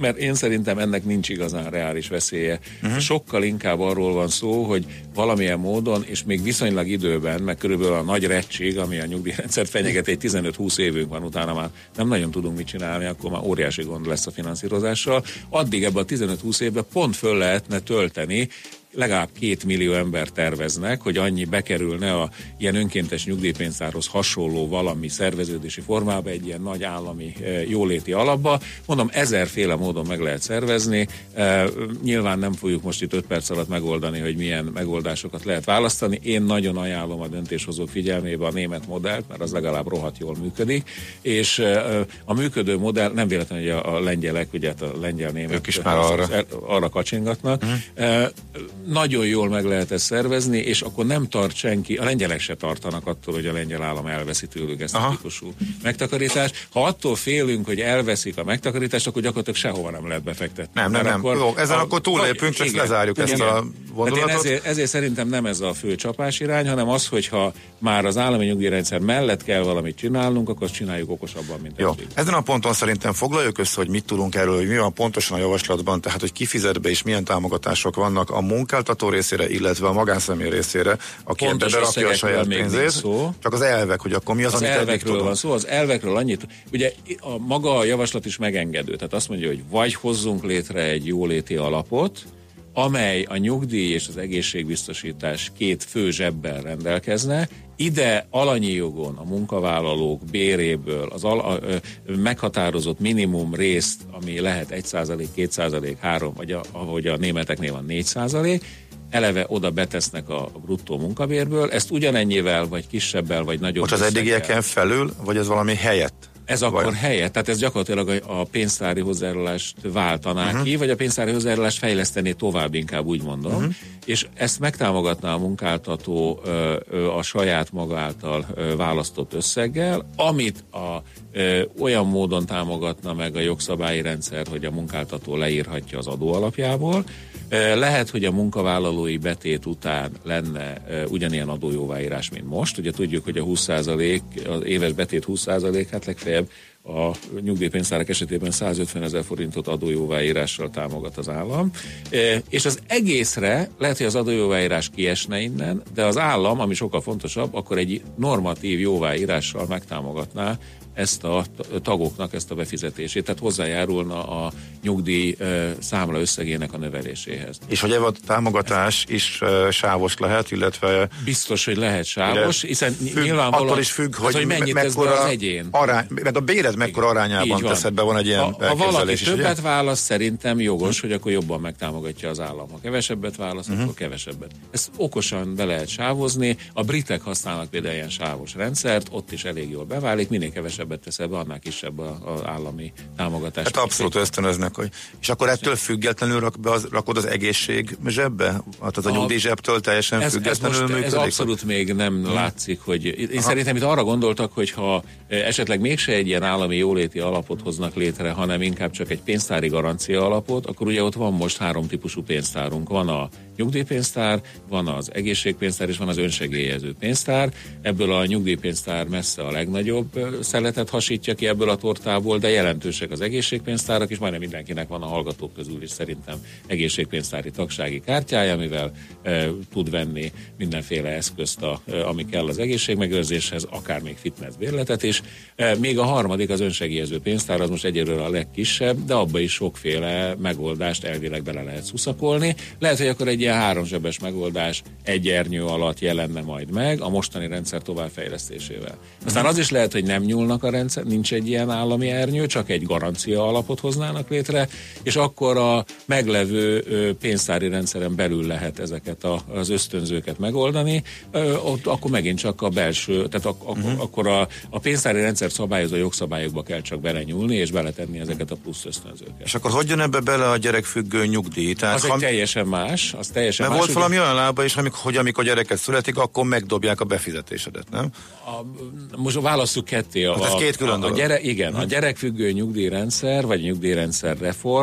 mert én szerintem ennek nincs igazán reális veszélye. Uh-huh. Sokkal inkább arról van szó, hogy valamilyen módon, és még viszonylag időben, meg körülbelül a nagy reccség, ami a nyugdíjrendszert fenyeget, egy tizenöt-húsz évünk van, utána már nem nagyon tudunk mit csinálni, akkor már óriási gond lesz a finanszírozással. Addig ebben a tizenöt-húsz évben pont föl lehetne tölteni, legalább két millió ember terveznek, hogy annyi bekerülne a ilyen önkéntes nyugdíjpénztárhoz hasonló valami szerveződési formába, egy ilyen nagy állami e, jóléti alapba. Mondom, ezerféle módon meg lehet szervezni. E, nyilván nem fogjuk most itt öt perc alatt megoldani, hogy milyen megoldásokat lehet választani. Én nagyon ajánlom a döntéshozók figyelmébe a német modellt, mert az legalább rohadt jól működik, és e, a működő modell, nem véletlenül, hogy a, a lengyelek, ugye a lengyel-német ők is már arra, arra kacsingatnak. Mm. E, Nagyon jól meg lehet ezt szervezni, és akkor nem tart senki, a lengyelek se tartanak attól, hogy a lengyel állam elveszi tőlük ezt Aha. a típusú megtakarítást. Ha attól félünk, hogy elveszik a megtakarítást, akkor gyakorlatilag sehova nem lehet befektetni. Nem, nem, nem. Akkor, Jó, ezen a, akkor túllépünk, csak lezárjuk igen, ezt igen. a vonulatot. Ezért, ezért szerintem nem ez a fő csapás irány, hanem az, hogyha már az állami nyugdíjrendszer mellett kell valamit csinálnunk, akkor azt csináljuk okosabban, mint Jó. eddig. Ezen a ponton szerintem foglaljuk össze, hogy mit tudunk erről, hogy mi van pontosan a javaslatban, tehát hogy ki fizet be és milyen támogatások vannak a munkáltató részére, illetve a magánszemély részére, aki ebbe berakja a saját pénzét. Csak az elvek, hogy akkor mi az, az amit elvekről van szó, az elvekről annyit, ugye a maga a javaslat is megengedő, tehát azt mondja, hogy vagy hozzunk létre egy jóléti alapot, amely a nyugdíj és az egészségbiztosítás két fő zsebben rendelkezne, ide alanyi jogon a munkavállalók béréből az al- a, ö, meghatározott minimum részt, ami lehet egy százalék, két százalék, három, vagy a, ahogy a németeknél van négy százalék, eleve oda betesznek a bruttó munkabérből, ezt ugyanennyivel, vagy kisebbel, vagy nagyobb. Most az eddigieken felül, vagy ez valami helyett? Ez akkor vagy? Helyett, tehát ez gyakorlatilag a pénztári hozzájárulást váltaná uh-huh. ki, vagy a pénztári hozzájárulást fejlesztené tovább, inkább úgy mondom, uh-huh. és ezt megtámogatná a munkáltató ö, ö, a saját maga által ö, választott összeggel, amit a, ö, olyan módon támogatna meg a jogszabályi rendszer, hogy a munkáltató leírhatja az adó alapjából. Lehet, hogy a munkavállalói betét után lenne uh, ugyanilyen adójóváírás, mint most. Ugye tudjuk, hogy a húsz százalék, az éves betét húsz százalék, hát legfeljebb a nyugdíjpénztárak esetében százötven ezer forintot adójóváírással támogat az állam. E, és az egészre lehet, hogy az adójóváírás kiesne innen, de az állam, ami sokkal fontosabb, akkor egy normatív jóváírással megtámogatná ezt a tagoknak ezt a befizetését, tehát hozzájárulna a nyugdíj e, számla összegének a növeléséhez. És hogy ez a támogatás is e, sávos lehet, illetve... Biztos, hogy lehet sávos, hiszen függ, nyilvánvalóan... Attól is függ, hogy, hogy mennyit tesz be az egyén. Arány, meg a béred mekkora arányában teszed be, van egy ilyen ha, ha valaki is, többet ugye? választ, szerintem jogos, hogy akkor jobban megtámogatja az állam. Ha kevesebbet választ, uh-huh. akkor kevesebbet. Ezt okosan be lehet sávozni. A britek használnak például ilyen sávos rendszert, ott is elég jól beválik, minél kevesebbet teszel be, annál kisebb az állami támogatás. Hát abszolút ösztönöznek, hogy... És akkor ettől függetlenül rak be az, rakod az egészség zsebbe? Hát az a, a nyugdíj zsebtől teljesen ez, függetlenül ez most, működik? Ez abszolút még nem hmm. látszik, hogy... Én Aha. szerintem itt arra gondoltak, hogy ha esetleg mégse egy ilyen állami jóléti alapot hoznak létre, hanem inkább csak egy pénztári garancia alapot, akkor ugye ott van most három típusú pénztárunk. Van a nyugdíjpénztár, van az egészségpénztár, és van az önsegélyező pénztár. Ebből a nyugdíjpénztár messze a legnagyobb szeletet hasítja ki ebből a tortából, de jelentősek az egészségpénztárak, és majdnem mindenkinek van a hallgatók közül is szerintem egészségpénztári tagsági kártyája, amivel e, tud venni mindenféle eszközt, a, e, ami kell az egészségmegőrzéshez, akár még fitness bérletet is. E, még a harmadik az önsegélyező pénztár, az most egyelőre a legkisebb, de abba is sokféle megoldást elvileg bele lehet szuszakolni. Lehet, hogy akkor egy ilyen háromzsebes megoldás egy ernyő alatt jelenne majd meg a mostani rendszer továbbfejlesztésével. Aztán az is lehet, hogy nem nyúlnak a rendszer, nincs egy ilyen állami ernyő, csak egy garancia alapot hoznának létre, és akkor a meglevő pénztári rendszeren belül lehet ezeket a, az ösztönzőket megoldani, ott akkor megint csak a belső, tehát ak- ak- uh-huh. akkor a, a pénztári rendszer szabályozó jogszabályokba kell csak belenyúlni, és beletenni ezeket a plusz ösztönzőket. És akkor hogy jön ebbe bele a gyerekfüggő nyugdíj? Tehát az ha... egy teljesen más, az teljesen Mert más. volt valami olyan lába is, amikor, hogy amikor gyereket születik, akkor megdobják a befizetésedet, nem? A, most válasszuk ketté. A, hát ez két külön a, a gyere, igen, a gyerekfüggő nyugdíjrendszer, vagy nyugdíjrendszer reform,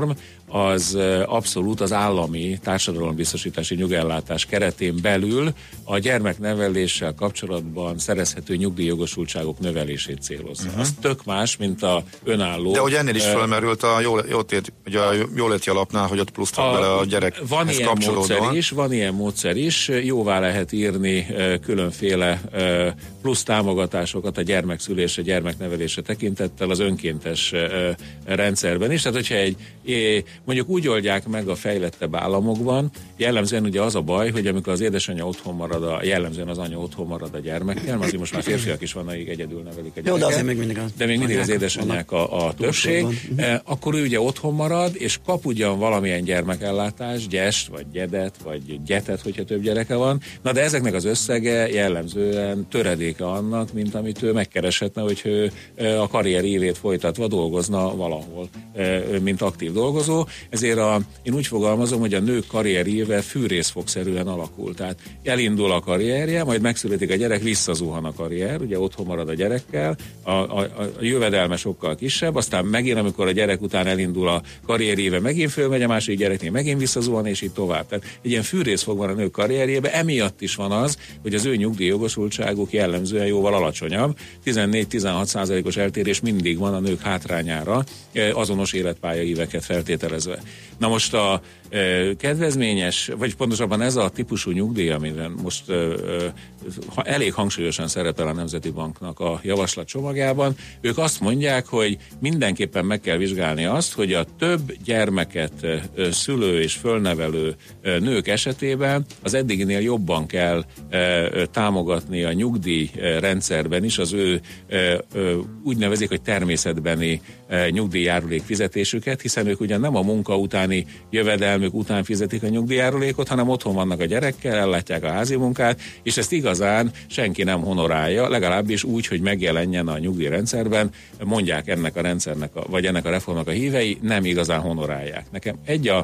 az abszolút az állami társadalombiztosítási nyugellátás keretén belül a gyermekneveléssel kapcsolatban szerezhető nyugdíjjogosultságok növelését célozza. Uh-huh. Az tök más, mint a önálló. De hogy ennél is felmerült a jóléti, a jóléti alapnál, hogy ott plusz bele a gyerekhez van ilyen kapcsolódóan. módszer is, van ilyen módszer is, jóvá lehet írni különféle plusz támogatásokat a gyermekszülése, gyermeknevelése tekintettel az önkéntes rendszerben is. Tehát, hogyha egy mondjuk úgy oldják meg a fejlettebb államokban, jellemzően ugye az a baj, hogy amikor az édesanyja otthon marad, a, jellemzően az anya otthon marad a gyermekkel, mert azért most már férfiak is vannak, akik egyedül nevelik a gyereket. Jó, de azért még mindig az, de még mindig az édesanyják a, a többség. Eh, akkor ő ugye otthon marad, és kap ugyan valamilyen gyermekellátást, gyest, vagy gyedet, vagy gyetet, hogyha több gyereke van. Na de ezeknek az összege jellemzően töredéke annak, mint amit ő megkereshetne, hogy ő a karrier évét folytatva dolgozna valahol, mint aktív dolgozó. Ezért a, én úgy fogalmazom, hogy a nők karrieréve fűrészfogszerűen alakul. Tehát elindul a karrierje, majd megszületik a gyerek, visszazuhan a karrier, ugye otthon marad a gyerekkel, a, a, a jövedelme sokkal kisebb, aztán megint, amikor a gyerek után elindul a karrieréve, megint fölmegy a másik gyereknél, megint visszazuhan, és így tovább. Tehát egy ilyen fűrészfog van a nők karrierjébe, emiatt is van az, hogy az ő nyugdíjjogosultságuk jellemzően jóval alacsonyabb. tizennégy-tizenhat százalékos eltérés mindig van a nők hátrányára, azonos életpályaíveket feltételezve. Na most a e, kedvezményes, vagy pontosabban ez a típusú nyugdíj, amiben most e, e, elég hangsúlyosan szerepel a Nemzeti Banknak a javaslat csomagjában, ők azt mondják, hogy mindenképpen meg kell vizsgálni azt, hogy a több gyermeket e, szülő és fölnevelő e, nők esetében az eddiginél jobban kell e, támogatni a nyugdíjrendszerben is az ő e, e, úgy nevezik, hogy természetbeni e, nyugdíjjárulék fizetésüket, hiszen ők ugyan nem a munka utáni jövedelmük után fizetik a nyugdíjjárulékot, hanem otthon vannak a gyerekkel, ellátják a házi munkát, és ezt igazán senki nem honorálja, legalábbis úgy, hogy megjelenjen a nyugdíjrendszerben, mondják ennek a rendszernek, a, vagy ennek a reformnak a hívei, nem igazán honorálják. Nekem egy a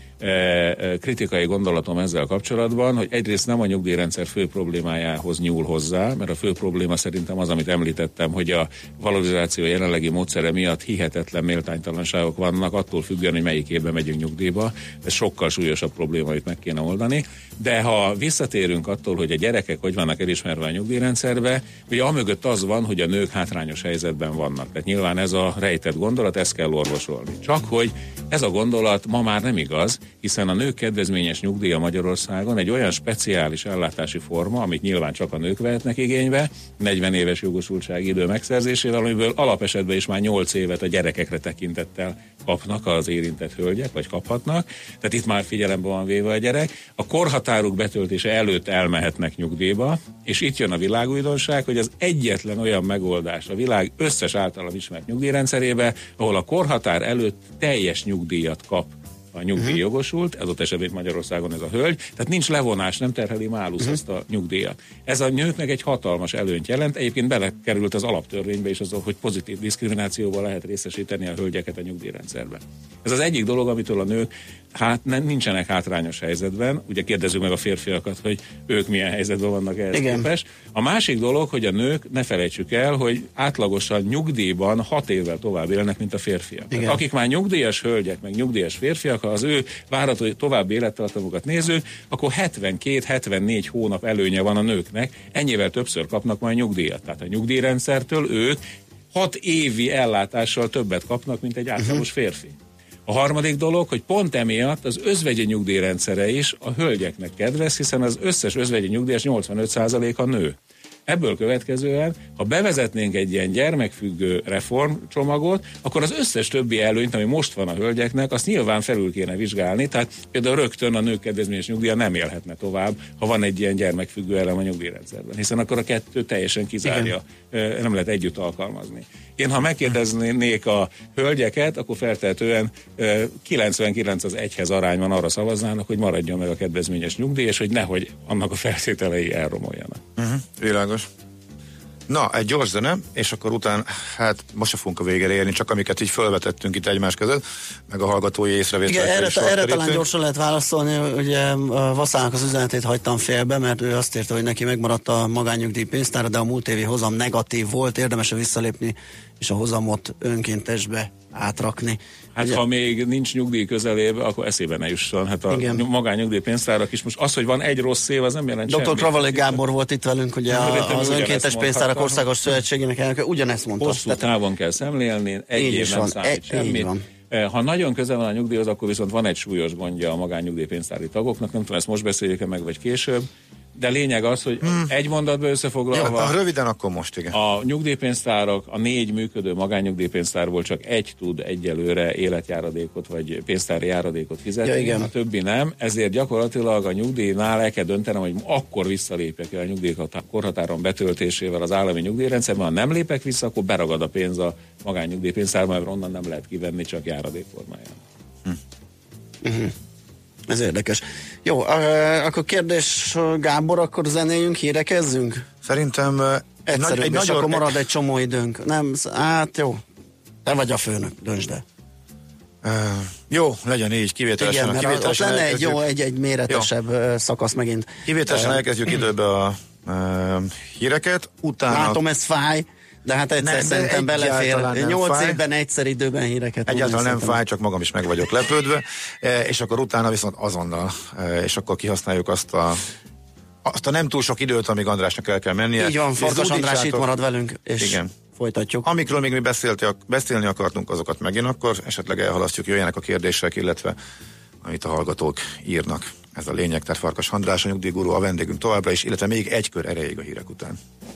kritikai gondolatom ezzel kapcsolatban, hogy egyrészt nem a nyugdíjrendszer fő problémájához nyúl hozzá, mert a fő probléma szerintem az, amit említettem, hogy a valorizáció jelenlegi módszere miatt hihetetlen méltánytalanságok vannak, attól függően, hogy melyik évben megyünk nyugdíjba. Ez sokkal súlyosabb probléma, amit meg kéne oldani. De ha visszatérünk attól, hogy a gyerekek hogy vannak elismerve a nyugdíjrendszerbe, ugye amögött az van, hogy a nők hátrányos helyzetben vannak. Tehát nyilván ez a rejtett gondolat, ezt kell orvosolni. Csak hogy ez a gondolat ma már nem igaz, hiszen a nők kedvezményes nyugdíja Magyarországon egy olyan speciális ellátási forma, amit nyilván csak a nők vehetnek igénybe, negyven éves jogosultsági idő megszerzésével, amiből alapesetben is már nyolc évet a gyerekekre tekintettel kapnak az érintett hölgyek, vagy kaphatnak. Tehát itt már figyelembe van véve a gyerek. A korhatáruk betöltése előtt elmehetnek nyugdíjba, és itt jön a világújdonság, hogy az egyetlen olyan megoldás a világ összes általam ismert nyugdíjrendszerébe, ahol a korhatár előtt teljes nyugdíjat kap a nyugdíjjogosult, ez ott esetben Magyarországon ez a hölgy, tehát nincs levonás, nem terheli málusz uh-huh. azt a nyugdíjat. Ez a nőknek egy hatalmas előnyt jelent, egyébként belekerült az alaptörvénybe is az, hogy pozitív diszkriminációval lehet részesíteni a hölgyeket a nyugdíjrendszerben. Ez az egyik dolog, amitől a nők hát nem, nincsenek hátrányos helyzetben, ugye kérdezzük meg a férfiakat, hogy ők milyen helyzetben vannak ehhez képest. A másik dolog, hogy a nők, ne felejtsük el, hogy átlagosan nyugdíjban hat évvel tovább élnek, mint a férfiak. Akik már nyugdíjas hölgyek, meg nyugdíjas férfiak, ha az ő várható további élettartamokat nézzük, akkor hetvenkét-hetvennégy hónap előnye van a nőknek, ennyivel többször kapnak majd nyugdíjat. Tehát a nyugdíjrendszertől ők hat évi ellátással többet kapnak, mint egy átlagos férfi. A harmadik dolog, hogy pont emiatt az özvegyi nyugdíjrendszere is a hölgyeknek kedvez, hiszen az összes özvegyi nyugdíjas nyolcvanöt százaléka nő. Ebből következően, ha bevezetnénk egy ilyen gyermekfüggő reformcsomagot, akkor az összes többi előnyt, ami most van a hölgyeknek, azt nyilván felül kéne vizsgálni, tehát például rögtön a nők kedvezményes nyugdíja nem élhetne tovább, ha van egy ilyen gyermekfüggő elem a nyugdíjrendszerben, hiszen akkor a kettő teljesen kizárja, igen. Nem lehet együtt alkalmazni. Én, ha megkérdeznék a hölgyeket, akkor feltehetően kilencvenkilenc az egyhez arányban arra szavaznának, hogy maradjon meg a kedvezményes nyugdíj, és hogy nehogy annak a feltételei elromoljanak. Uh-huh. Világos. Na, egy gyors zene, és akkor után, hát most se fogunk a végére érni, csak amiket így felvetettünk itt egymás között, meg a hallgatói észrevételek. Igen, erre, erre talán gyorsan lehet válaszolni, ugye Vaszának az üzenetét hagytam félbe, mert ő azt írta, hogy neki megmaradt a magánnyugdíj pénztára, de a múlt évi hozam negatív volt, érdemes visszalépni és a hozamot önkéntesbe átrakni. Hát ugye, ha még nincs nyugdíj közelébe, akkor eszébe ne jusson. Hát a igen. magánnyugdíjpénztárak is most az, hogy van egy rossz év, az nem jelent doktor semmit. Kravalé Gábor volt itt velünk, ugye a, az Önkéntes Pénztárak Országos Szövetségének elnöke, ugyanezt mondta. Hosszú távon kell szemlélni, egy év nem számít semmit. Ha nagyon közel van a nyugdíjhoz, akkor viszont van egy súlyos gondja a magánnyugdíjpénztári tagoknak, nem tudom, ezt most beszéljük-e meg, vagy később, de lényeg az, hogy hmm. egy mondatban összefoglalva... Ja, röviden akkor most, igen. A nyugdíjpénztárak, a négy működő magánnyugdíjpénztárból csak egy tud egyelőre életjáradékot, vagy pénztári járadékot fizetni, ja, igen. a többi nem, ezért gyakorlatilag a nyugdíjnál el kell döntenem, hogy akkor visszalépek a nyugdíjkorhatáron betöltésével az állami nyugdíjrendszerben, ha nem lépek vissza, akkor beragad a pénz a magánnyugdíjpénztárban, mert onnan nem lehet kivenni, csak járadék formáján. Hm. Uh-huh. Ez érdekes. Jó, akkor kérdés, Gábor, akkor zenéljünk, hírekezzünk? Szerintem egyszerűbb, egy és nagyon, akkor marad egy csomó időnk. Nem, hát jó. Te vagy a főnök, döntsd el. Uh, jó, legyen így, kivételesen. Igen, mert ott lenne egy jó, egy, egy méretesebb jó. szakasz megint. Kivételesen uh, elkezdjük időbe a uh, híreket, utána... Látom, ez fáj. De hát egyszer ne, szerintem belefér. Nyolc évben egyszer időben híreket. Egyáltalán nem fáj, csak magam is meg vagyok lepődve. E, és akkor utána viszont azonnal, e, és akkor kihasználjuk azt a, azt a nem túl sok időt, amíg Andrásnak el kell mennie. Így van, Farkas András itt marad velünk, és igen. folytatjuk. Amikről még mi beszélti, beszélni akartunk, azokat megint akkor esetleg elhalasztjuk, jöjjenek a kérdések, illetve amit a hallgatók írnak. Ez a lényeg, tehát Farkas András, a nyugdíjgurú, a vendégünk továbbra is, illetve még egy kör erejéig a hírek után.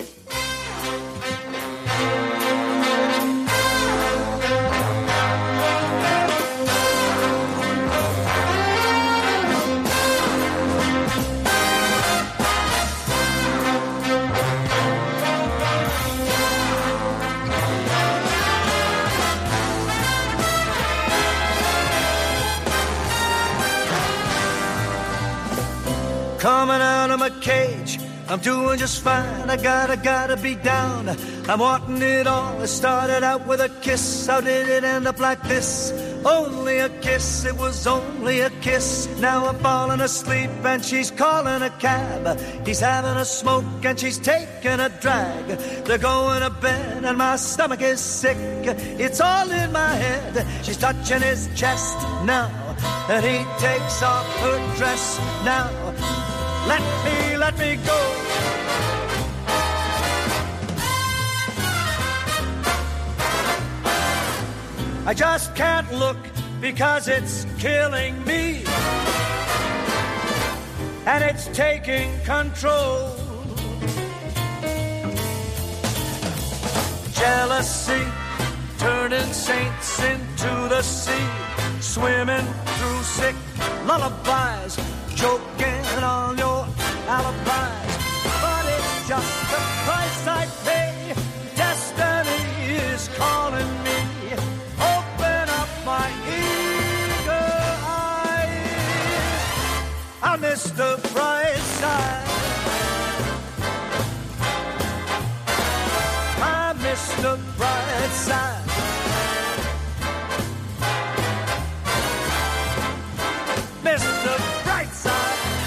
Coming out of my cage, I'm doing just fine. I gotta, gotta be down. I'm wanting it all. It started out with a kiss. How did it end up like this? Only a kiss, it was only a kiss. Now I'm falling asleep and she's calling a cab. He's having a smoke and she's taking a drag. They're going to bed and my stomach is sick. It's all in my head. She's touching his chest now, and he takes off her dress now. Let me, let me go. I just can't look because it's killing me, and it's taking control. Jealousy, turning saints into the sea, swimming through sick lullabies, choking on your alibis. But it's just the price I pay. Destiny is calling me. Open up my eager eyes. I miss the bright side. I miss the bright side. Miss the bright side.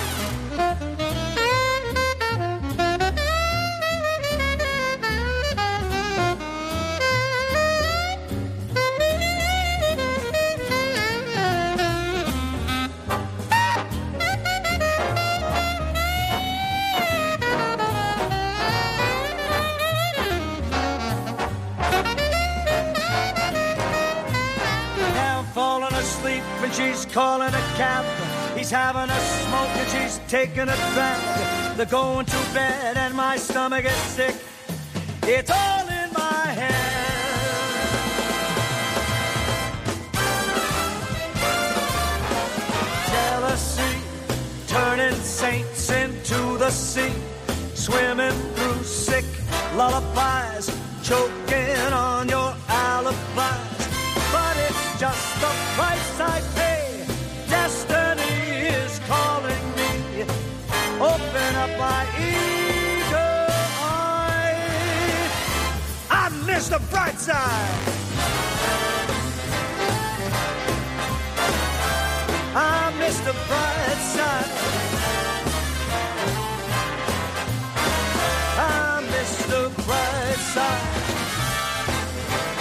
When she's calling a cab, he's having a smoke and she's taking a drag. They're going to bed and my stomach is sick. It's all in my head. Jealousy, turning saints into the sea, swimming through sick lullabies, choking on your alibis. But it's just the price I pay. Destiny is calling me. Open up my eager eyes. I miss the bright side. I miss the bright side. I miss the bright side.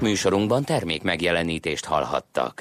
Műsorunkban termék megjelenítést hallhattak.